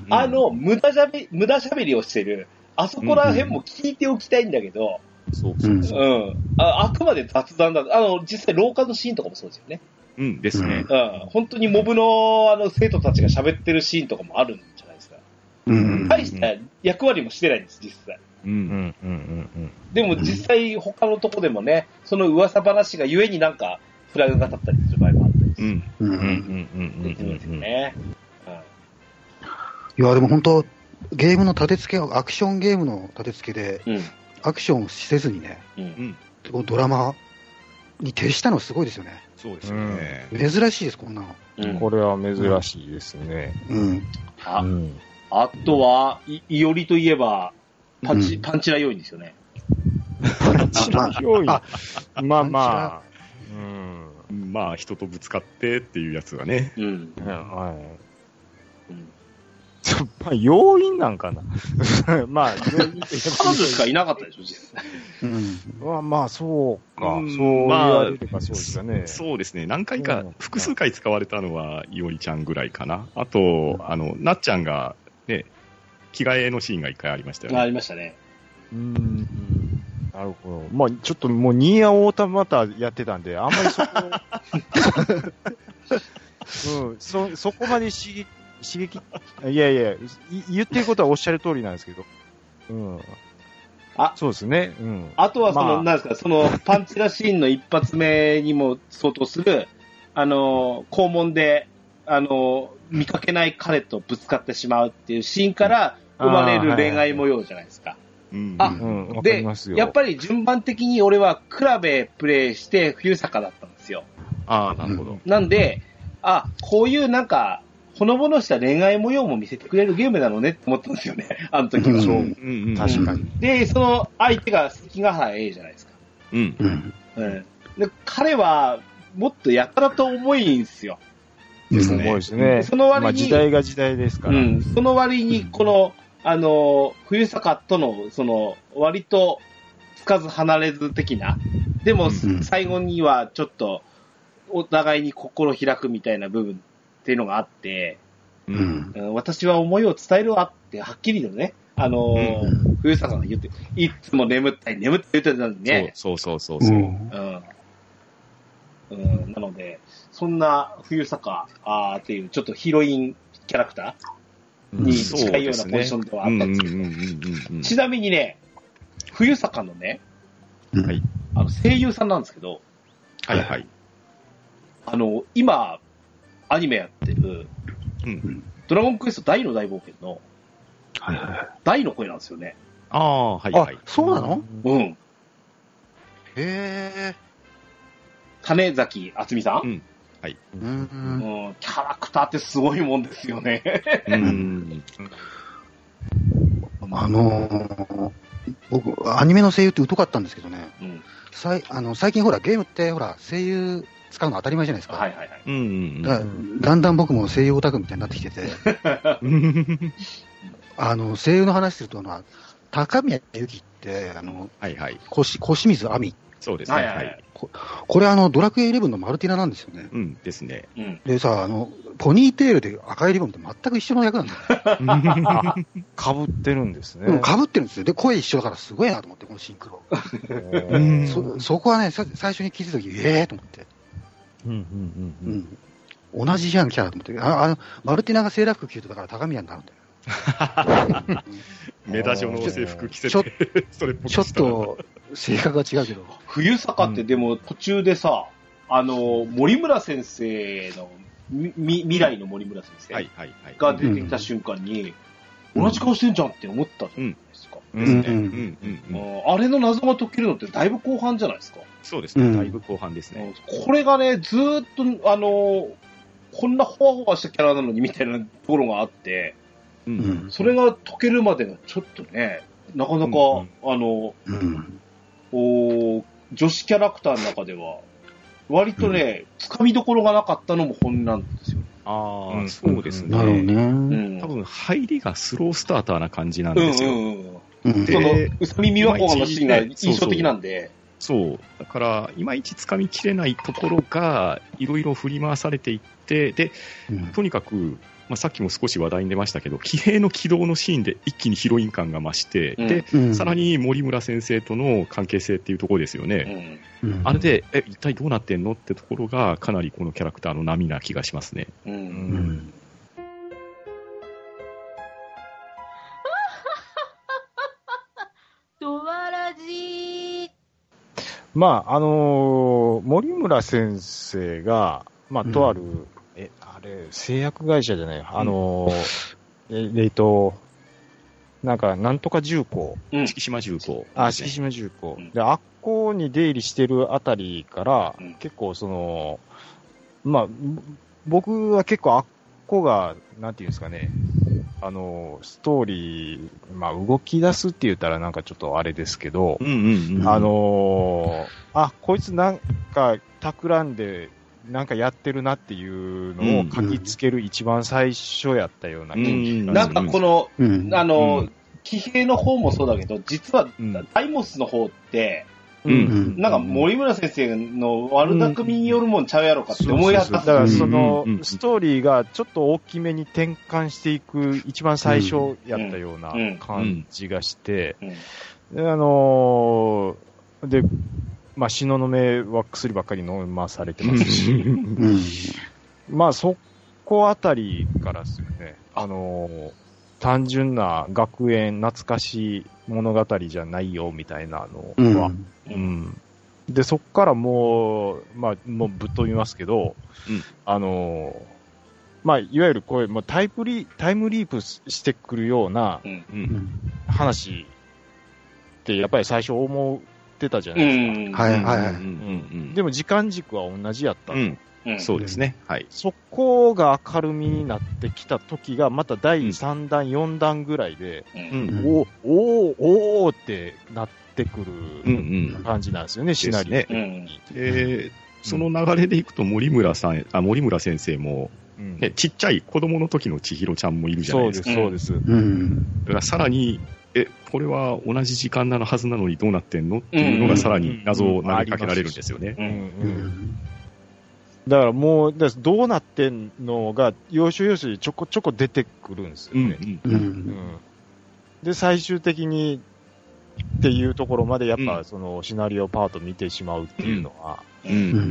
あの、無駄喋り、無駄喋りをしてる、あそこら辺も聞いておきたいんだけど、 そうそうそう。 うん。あ、あくまで雑談だ。あの、実際廊下のシーンとかもそうですよね。 うんですね。 うん。本当にモブの、あの、生徒たちが喋ってるシーンとかもあるんじゃないですか。うん。大した役割もしてないんです、実際。うんうんうんうんうん。でも実際他のとこでもね、その噂話がゆえになんかフラグが立ったりする場合もあったりする。うんうんうんうんうんうんうんね。 いやでも本当ゲームの立て付けアクションゲームの立て付けで、うん、アクションせずにね、うん、ドラマに徹したのすごいですよね。 そうですよね。 珍しいですこんなの。 うん、これは珍しいですね。うん。 あ、うん、あとはいいおりといえば。パンチ、うん、パンチラ要因ですよね。 パンチラ要因まあまあ、 うん、まあ人とぶつかってっていうやつがね。うん。はい。 うん、まあ要因なんかな。まあ要因って彼女しかいなかったでしょ実際。 うん。まあまあそうか。うん、そう言われるかそうですよね、まあ。 そうですね。何回か、うん、複数回使われたのはいおりちゃんぐらいかな。あと、うん、あのなっちゃんがね。着替えのシーンが一回ありましたよね。 ありましたね。 うん。なるほど。まあちょっともうニーヤオータマタやってたんで、あんまりそこ、うん、そ、そこまで刺激、刺激、いやいや、言ってることはおっしゃる通りなんですけど。うん。あ、そうですね。うん。 あとはその、まあ、なんですか、そのパンチラシーンの一発目にも相当する、あの、校門で、あの、見かけない彼とぶつかってしまうっていうシーンから生まれる恋愛模様じゃないですか。あ、うん、で、やっぱり順番的に俺はクラベプレイして冬坂だったんですよ。 ああ、なるほど。 なんで、あ、こういうなんか、ほのぼのした恋愛模様も見せてくれるゲームなのねって思ったんですよね、あの時は。そう。うんうん、確かに。で、その相手が関ヶ原 A じゃないですか。うん。うん。で、彼はもっとやたらと重いんですよ。 ですね。ですね。その割に、まあ、時代が時代ですから。 うん。その割に、この、うん、あの、冬坂との、その、割と、つかず離れず的な、でも、うん、最後にはちょっと、お互いに心開くみたいな部分っていうのがあって、うん。うん、私は思いを伝えるわって、はっきりとね、あの、うん、冬坂が言って、いつも眠ったり、眠って言ってたんでね。 そうそうそうそう。うん。 うん、なので、そんな冬坂あっていうちょっとヒロインキャラクターに近いようなポジションではあったんですけど、ちなみにね、冬坂のね、はい、あの声優さんなんですけど、 はいはい。 あの、今、アニメやってる、うん、ドラゴンクエスト大の大冒険の、はいはい、大の声なんですよね。 ああ、はいはい。 そうなの？ うん。 へえ。 種崎敦美さん、うん、 はい、 うん。キャラクターってすごいもんですよね。うん、 あのー、僕、アニメの声優って疎かったんですけどね、うん、さいあの最近ほら、ゲームってほら、声優使うの当たり前じゃないですか。はいはいはい。うんうんだ, だんだん僕も声優オタクみたいになってきてて、あの声優の話すると、高宮由紀って、あの、はいはい、小, 小清水亜美そうですね。はいはい。 こ, これあの、ドラクエイレブンのマルティナなんですよね。 うんですね。 でさ、あの、ポニーテールで赤いリボンって全く一緒の役なんだよ。 かぶってるんですね。 うん、かぶってるんですよ。で、声一緒だからすごいなと思って、このシンクロ。そ, そこはね、最初に聞いたとき、ええーと思って。うんうんうんうん。同じじゃん、キャラと思って。ああの、マルティナがセーラー服着るとだから高宮になるんだよ。 メダジョの制服着せて、 ちょそれっぽくちょっと性格が違うけど。 冬坂ってでも途中でさ、あの、森村先生の、み未来の森村先生が出てきた瞬間に、うん、同じ顔してんじゃんって思ったじゃないですか。 うん、ですね、うんうんうん。あれの謎が解けるのってだいぶ後半じゃないですか。 そうですね、だいぶ後半ですね。 これがね、ずーっと、あの、こんなほわほわしたキャラなのにみたいなところがあって、うん、それが解けるまでがちょっとね、なかなか、うん、あの、うん、お女子キャラクターの中では、割とね、つかみどころがなかったのも本なんですよ。 ああ、うん、そうですね。 なるほどね。うん、 多分、入りがスロースターターな感じなんですよ。うんうんうん、で、その、うさみみわこのシーンが印象的なんで。 そう。だから、いまいちつかみきれないところが、いろいろ振り回されていって、で、うん、とにかく、まあ、さっきも少し話題に出ましたけど、騎兵の起動のシーンで一気にヒロイン感が増して、うん、で、うん、さらに森村先生との関係性っていうところですよね。うん、あれで、え、一体どうなってんのってところが、かなりこのキャラクターの波な気がしますね。うんうん、 ドワラジー。 まあ、あのー、森村先生が、まあ、とある、うん、え、あれ、製薬会社じゃない、あのー、え、えっと、なんか、なんとか重工。 敷島重工。 あ、敷島重工。で、あっこに出入りしてるあたりから、うん、結構その、まあ、僕は結構あっこが、なんていうんですかね、あの、ストーリー、まあ、動き出すって言ったらなんかちょっとあれですけど、うんうんうん、あのー、あ、こいつなんか、企んで、なんかやってるなっていうのを書きつける一番最初やったような気がする、うん、 なんかこの、うん、あの、うん、騎兵の方もそうだけど、実は、ダイモスの方って、うん、なんか森村先生の悪巧みによるもんちゃうやろかって思い当たった。 だからその、ストーリーがちょっと大きめに転換していく一番最初やったような感じがして、であのー、で、まあ、東雲は薬ばっかり飲まされてますし、うん、まあ、そこあたりからですよね。あのー、単純な学園懐かしい物語じゃないよ、みたいなのは。うんうん、で、そこからもう、まあ、もうぶっ飛びますけど、うん、あのー、まあ、いわゆるこういう、もうタイプリ、タイムリープしてくるような話って、やっぱり最初思う、ってたじゃないですか。はいはいはい。でも時間軸は同じやった、うんうん。そうですね。はい。 そこが明るみになってきた時が、まただいさんだん、よんだんぐらいで、うん、おー、おー、おーってなってくる感じなんですよね、うんうん、シナリオ的に。 で、その流れでいくと森村さん、あ、森村先生も、うんね、ちっちゃい子供の時の千尋ちゃんもいるじゃないですか。 そうです、そうです。うん、 だからさらに、え、これは同じ時間なのはずなのにどうなってんのっていうのがさらに謎を投げかけられるんですよね。 だからもう、どうなってんのが、要所要所でちょこちょこ出てくるんですよね。うんうんうん、で、最終的にっていうところまでやっぱそのシナリオパート見てしまうっていうのは、うんうんうん、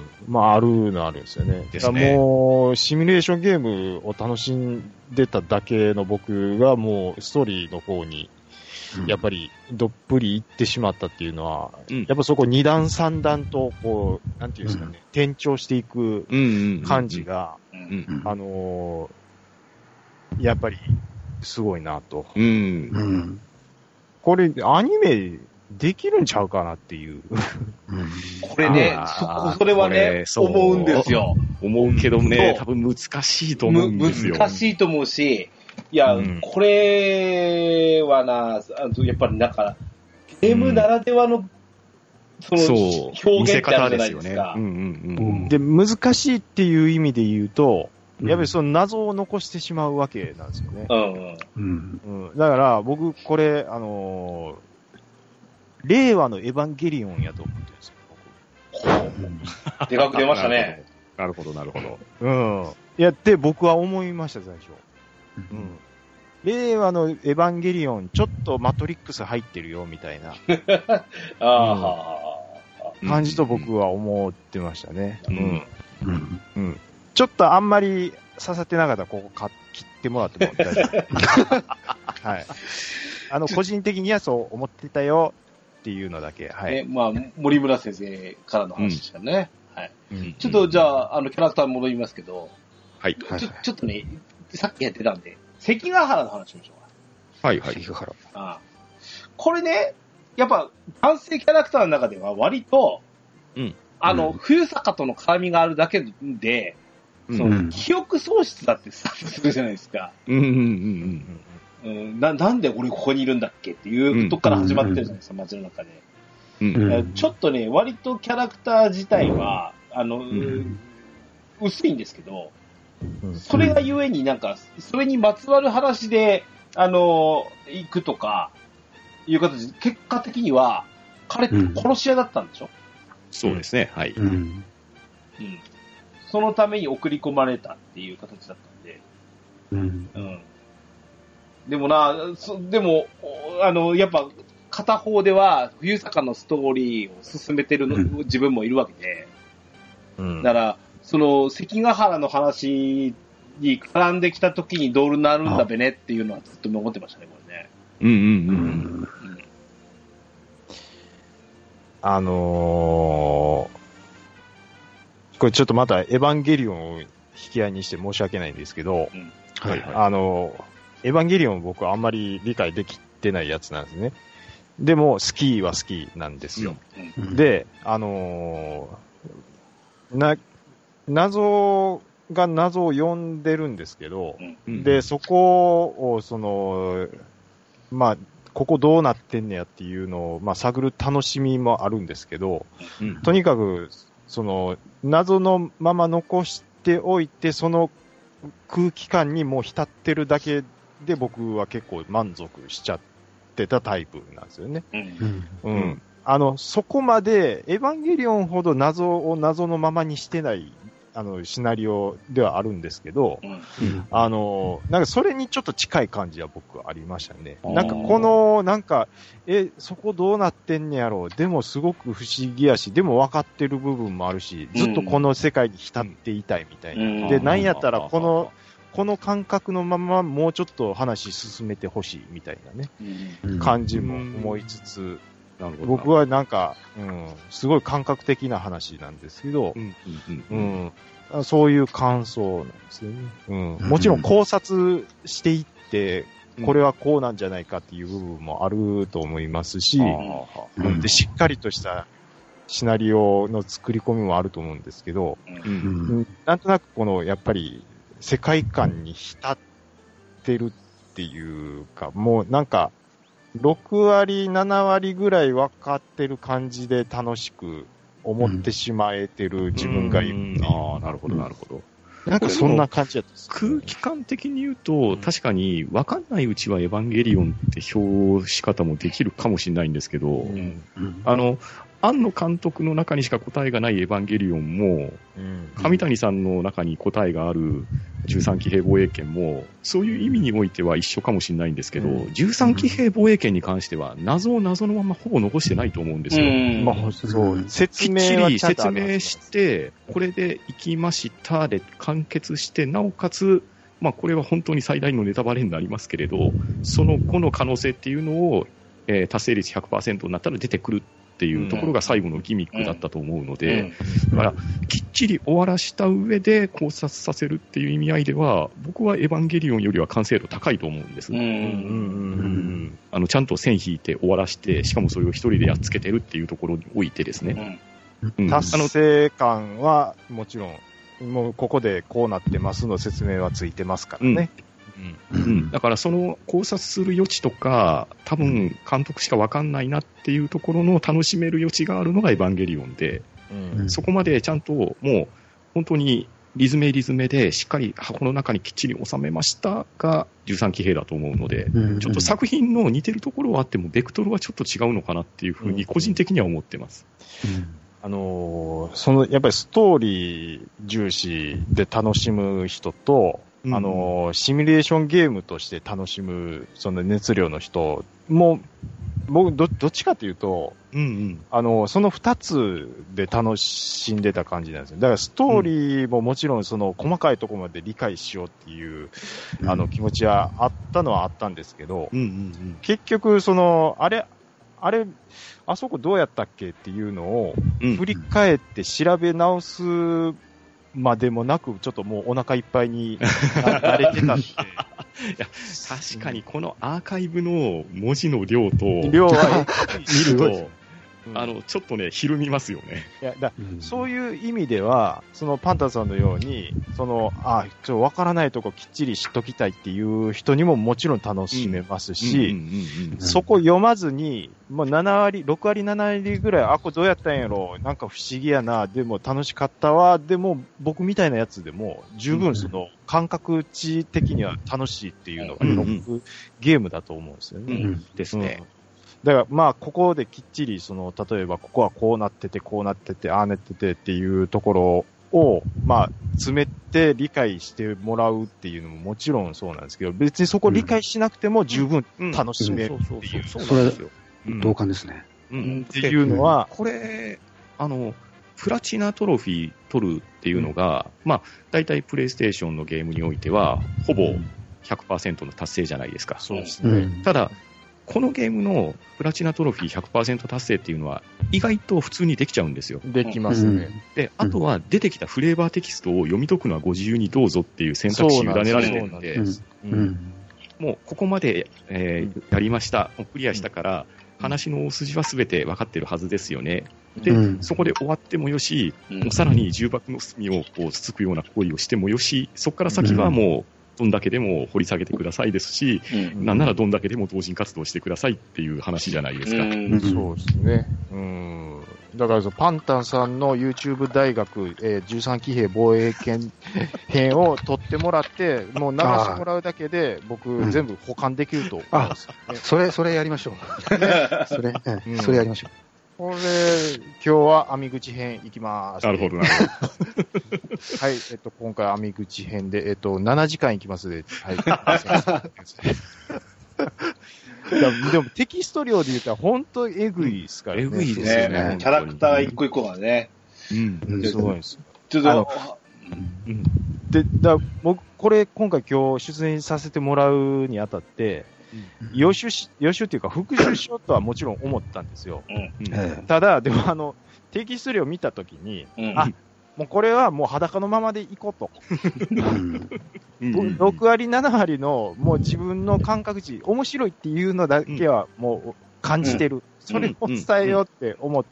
まああるのあるんですよね。ですね。もうシミュレーションゲームを楽しんでただけの僕がもうストーリーの方にやっぱりどっぷり行ってしまったっていうのは、うん、やっぱそこに段さん段とこうなんていうんですかね、うん、転調していく感じが、うんうんうん、あのー、やっぱりすごいなと。うんうんこれ、アニメできるんちゃうかなっていう。 これね、そこ、それはね、思うんですよ。 思うけどね、多分難しいと思うんですよ。 難しいと思うし、いや、うん、これはな、やっぱりなんか、ゲームならではの、うん、その、表現ってあるじゃないですか。 で、難しいっていう意味で言うと、やっぱりその謎を残してしまうわけなんですよね。うんうん、だから僕これあの令和のエヴァンゲリオンやと思ってるんですよ、 僕。でかく出ましたね。 なるほど、なるほど。 うん。いや、って僕は思いました、最初。うん。令和のエヴァンゲリオン、ちょっとマトリックス入ってるよ、みたいな。 ああ、感じと僕は思ってましたね。 うん。 うん。うん。ちょっとあんまり刺さってなかったら、ここか切ってもらっても大丈夫。はい。あの、個人的にはそう思ってたよっていうのだけ。はい。 ね、まあ、森村先生からの話でしたね。うん、はい、 うん。 ちょっと、じゃあ、あの、キャラクター戻りますけど。 はい。 ちょ、ちょっとね、さっきやってたんで、関ヶ原の話しましょうか。 はい、はい。 関ヶ原。 ああ。これね、やっぱ、男性キャラクターの中では割と、 うん。 あの、うん、冬坂との絡みがあるだけで、うん、その、記憶喪失だってスタートするじゃないですか。 うん、うん、うん。 うん、な, なんで俺ここにいるんだっけっていうとこから始まってるじゃないですか、うん、街の中で、うん。ちょっとね、割とキャラクター自体は、あの、うん、薄いんですけど、うん、それがゆえになんか、それにまつわる話で、あの、行くとか、いう形で、結果的には、彼って殺し屋だったんでしょ、うん、 そうですね、はい、うん。うん。 そのために送り込まれたっていう形だったんで、うん。うんでもな、でも、あの、やっぱ、片方では、冬坂のストーリーを進めてるの、うん、自分もいるわけで、うん、だから、その、関ヶ原の話に絡んできた時にどうなるんだべねっていうのはずっと思ってましたね、これね。 うんうんうん。うん、 あのー、これちょっとまたエヴァンゲリオンを引き合いにして申し訳ないんですけど、うん、はい、はい、あのー、エヴァンゲリオン僕はあんまり理解できてないやつなんですね。でも、好きは好きなんですよ。うんうん、で、あのー、な、謎が謎を呼んでるんですけど、うん、で、そこを、その、まあ、ここどうなってんねやっていうのを、まあ、探る楽しみもあるんですけど、うん、とにかく、その、謎のまま残しておいて、その空気感にもう浸ってるだけで僕は結構満足しちゃってたタイプなんですよね。うん。うん。あの、そこまで、エヴァンゲリオンほど謎を謎のままにしてない、あの、シナリオではあるんですけど、うん、あの、なんかそれにちょっと近い感じは僕はありましたね。なんかこの、なんか、え、そこどうなってんねやろう。でもすごく不思議やし、でも分かってる部分もあるし、ずっとこの世界に浸っていたいみたいな。うん、で、なんやったらこの、この感覚のままもうちょっと話進めてほしいみたいなね、うん、感じも思いつつ、うん、僕はなんか、うん、すごい感覚的な話なんですけど、うんうんうん、そういう感想なんですよね、うん。もちろん考察していって、これはこうなんじゃないかっていう部分もあると思いますし、うん、でしっかりとしたシナリオの作り込みもあると思うんですけど、うんうん、なんとなくこのやっぱり世界観に浸ってるっていうか、もうなんか、ろくわり、ななわりぐらい分かってる感じで楽しく思ってしまえてる自分がいる、うん。 ああ、なるほど、なるほど。 なんかそんな感じだったんです、 ね、空気感的に言うと、うん、確かに分かんないうちはエヴァンゲリオンって表し方もできるかもしれないんですけど、うんうん、あの、庵野監督の中にしか答えがないエヴァンゲリオンも、うん、上谷さんの中に答えがあるじゅうさんき兵防衛権も、そういう意味においては一緒かもしれないんですけど、うん、じゅうさんき兵防衛権に関しては謎を謎のままほぼ残してないと思うんですよ。うんまあ、そう、説明はちゃんとある。 きっちり説明して、これで行きましたで完結して、なおかつ、まあこれは本当に最大のネタバレになりますけれど、その後の可能性っていうのを、えー、達成率 ひゃくパーセント になったら出てくるっていうところが最後のギミックだったと思うので、だからきっちり終わらした上で考察させるっていう意味合いでは、僕はエヴァンゲリオンよりは完成度高いと思うんです。あのちゃんと線引いて終わらして、しかもそれを一人でやっつけてるっていうところにおいてですね。 うん、達成感はもちろん、もうここでこうなってますの説明はついてますからね。うんうん、だからその考察する余地とか多分監督しか分かんないなっていうところの楽しめる余地があるのがエヴァンゲリオンで、うん、そこまでちゃんともう本当にリズメリズメでしっかり箱の中にきっちり収めましたがじゅうさん騎兵だと思うので、うんうん、ちょっと作品の似てるところはあってもベクトルはちょっと違うのかなっていうふうに個人的には思ってます、 うんうん、あのー、そのやっぱりストーリー重視で楽しむ人と、うん、あのー、シミュレーションゲームとして楽しむその熱量の人も僕 ど, どっちかというと、うんうん、あのその二つで楽しんでた感じなんですよ。だからストーリーももちろんその細かいところまで理解しようっていう、うん、あの気持ちはあったのはあったんですけど、うんうんうん、結局そのあれあれあそこどうやったっけっていうのを振り返って調べ直すまでもなくちょっともうお腹いっぱいになれてたって。 いや確かにこのアーカイブの文字の量と量は見ると、うん、あのちょっとねひるみますよね。 いやだ、うん、そういう意味ではそのパンタさんのようにそのあちょっとわからないとこきっちり知っときたいっていう人にももちろん楽しめますし、そこ読まずにもうななわりろくわりななわりぐらいあこれどうやったんやろなんか不思議やなでも楽しかったわでも僕みたいなやつでも十分その感覚値的には楽しいっていうのがロックゲームだと思うんですよね。 うんうん、ですね。うんだからまあここできっちりその例えばここはこうなっててこうなっててああなっててっていうところをまあ詰めて理解してもらうっていうのももちろんそうなんですけど別にそこ理解しなくても十分楽しめるっていうそうなんですよ。同感ですね。 うん、っていうのはこれあのプラチナトロフィー取るっていうのが、うん、まあ大体プレイステーションのゲームにおいてはほぼ ひゃくパーセント の達成じゃないですか。 そうですね。 ただこのゲームのプラチナトロフィー ひゃくパーセント 達成っていうのは意外と普通にできちゃうんですよ。 できますね。 で、あとは出てきたフレーバーテキストを読み解くのはご自由にどうぞっていう選択肢を委ねられてるんで、もうここまで、えー、やりました、クリアしたから、話の大筋は全て分かってるはずですよね。で、うん、そこで終わってもよし、うん、もうさらに重箱の隅をこうつつくような行為をしてもよし、そこから先はもう、うんどんだけでも掘り下げてくださいですし、うん、なんならどんだけでも同人活動してくださいっていう話じゃないですか。 うん、そうですね。うん。だからパンタンさんの YouTube 大学、えー、じゅうさん騎兵防衛権編を取ってもらって、もう流してもらうだけで、僕全部保管できると思います、ねうん、あ、それ、それやりましょう。それ、うん、それやりましょう。 これ、今日は網口編いきます。 なるほど、なるほど。 はい、えっと、今回網口編で、えっと、ななじかんいきますで、はい。いやでもテキスト量で言ったら本当にエグいですからね。 エグいですよね。 ねキャラクター一個一個がね。 うん、うん、すごいです。 ちょっと、 うん。で、だ僕、これ今回今日出演させてもらうにあたって、予習し、予習っていうか復習しようとはもちろん思ったんですよ。うんうん、ただ、でもあの、テキスト量見たときに、うん、あ、もうこれはもう裸のままでいこうと。ろくわりななわりのもう自分の感覚値、面白いっていうのだけはもう感じてる。うん、それを伝えようって思って、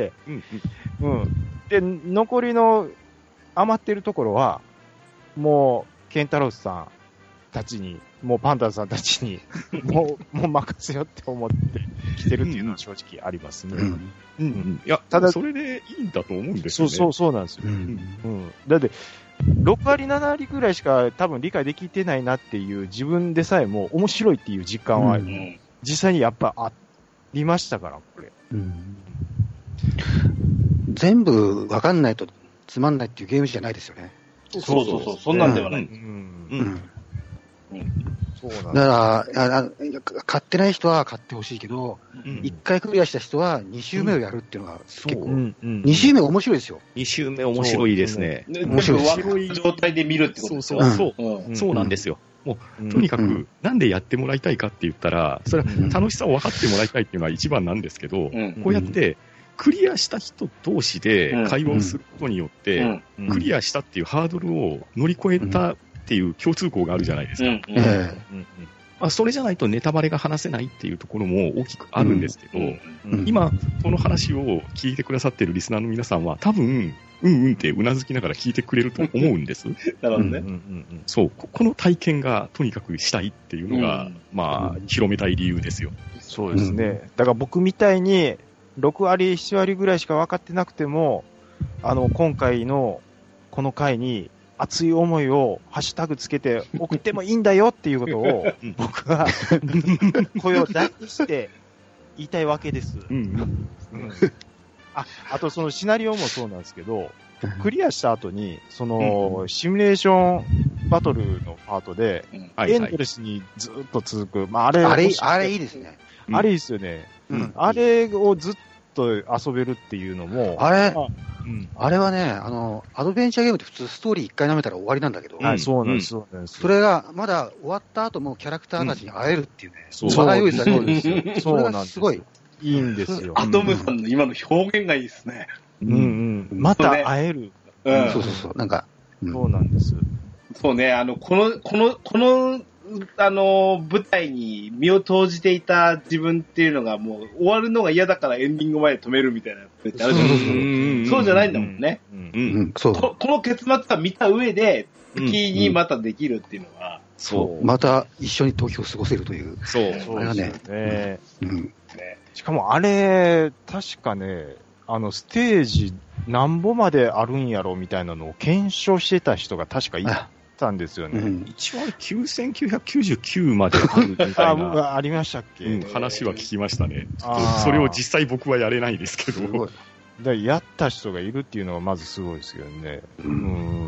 うん。で、残りの余ってるところは、もう、ケンタロウスさんたちに、もうパンダさんたちに、もう、もう任せよって思って来てるっていうのは正直ありますね。うん。うんうん、いや、ただ、それでいいんだと思うんですよね。 そう、そう、そうなんですよ。うん。うん、だって、ろくわりななわりぐらいしか多分理解できてないなっていう自分でさえも面白いっていう実感は、実際にやっぱありましたから、これ。うん、 全部わかんないとつまんないっていうゲームじゃないですよね。 そうそうそう、そんなんではない。うん。うん。 うん、そうなんだからあ、買ってない人は買ってほしいけど、いっかいクリアした人はに周目をやるっていうのが結構、うんうん、に周目面白いですよ。 に周目面白いですね。 面白い状態で見るってことですよね。そうそう、うん、そうなんですよ。もう、とにかく、うん、なんでやってもらいたいかって言ったら、それは楽しさを分かってもらいたいっていうのは一番なんですけど、うん、こうやって、クリアした人同士で会話をすることによって、うん、クリアしたっていうハードルを乗り越えたっていう共通項があるじゃないですか。うんうんうんまあ、それじゃないとネタバレが話せないっていうところも大きくあるんですけど、うんうん、今、この話を聞いてくださっているリスナーの皆さんは多分、うんうんってうなずきながら聞いてくれると思うんです。 なるほどね、うんうんうん。そう、この体験がとにかくしたいっていうのが、うん、まあ、広めたい理由ですよ。 そうですね。だから僕みたいに、ろくわり、しちわりぐらいしか分かってなくても、あの、今回のこの回に熱い思いをハッシュタグつけて送ってもいいんだよっていうことを、僕は、声を大にして言いたいわけです。うんうん、あ、あとそのシナリオもそうなんですけど、クリアした後に、その、うん、シミュレーションバトルのパートで、うん、エンドレスにずっと続く、まあ、あれ、 あれ、あれいいですね。 あれいいですよね。うん、あれをずっと遊べるっていうのも、 あれ、あうん、あれはね、あの、アドベンチャーゲームって普通ストーリー一回舐めたら終わりなんだけど、 はい、そうなんです、そうなんです。 それが、まだ終わった後もキャラクターたちに会えるっていうね、 そうが用意されてるんですよ。 それがすごい。 いいんですよ。 アトムさんの今の表現がいいですね。 うんうん。また会える。 うん、そうそうそう。なんか、 うん、そうなんです。 そうね、あの、この、この、この、あの、舞台に身を投じていた自分っていうのがもう終わるのが嫌だからエンディングまで止めるみたいなってあるじゃないですか。そうじゃないんだもんね。 うんうん、そうこ。この結末は見た上で、次にまたできるっていうのは、 そう。また一緒に投票を過ごせるという。 そう。 あれはね。 ねうん、しかもあれ、確かね、あの、ステージ何歩まであるんやろみたいなのを検証してた人が確かいたんですよね。うん、 一応きゅうせんきゅうひゃくきゅうじゅうきゅうまであるみたいなあ。ありましたっけ、 うん、話は聞きましたね。それを実際僕はやれないですけど。 だやった人がいるっていうのがまずすごいですけどね。うん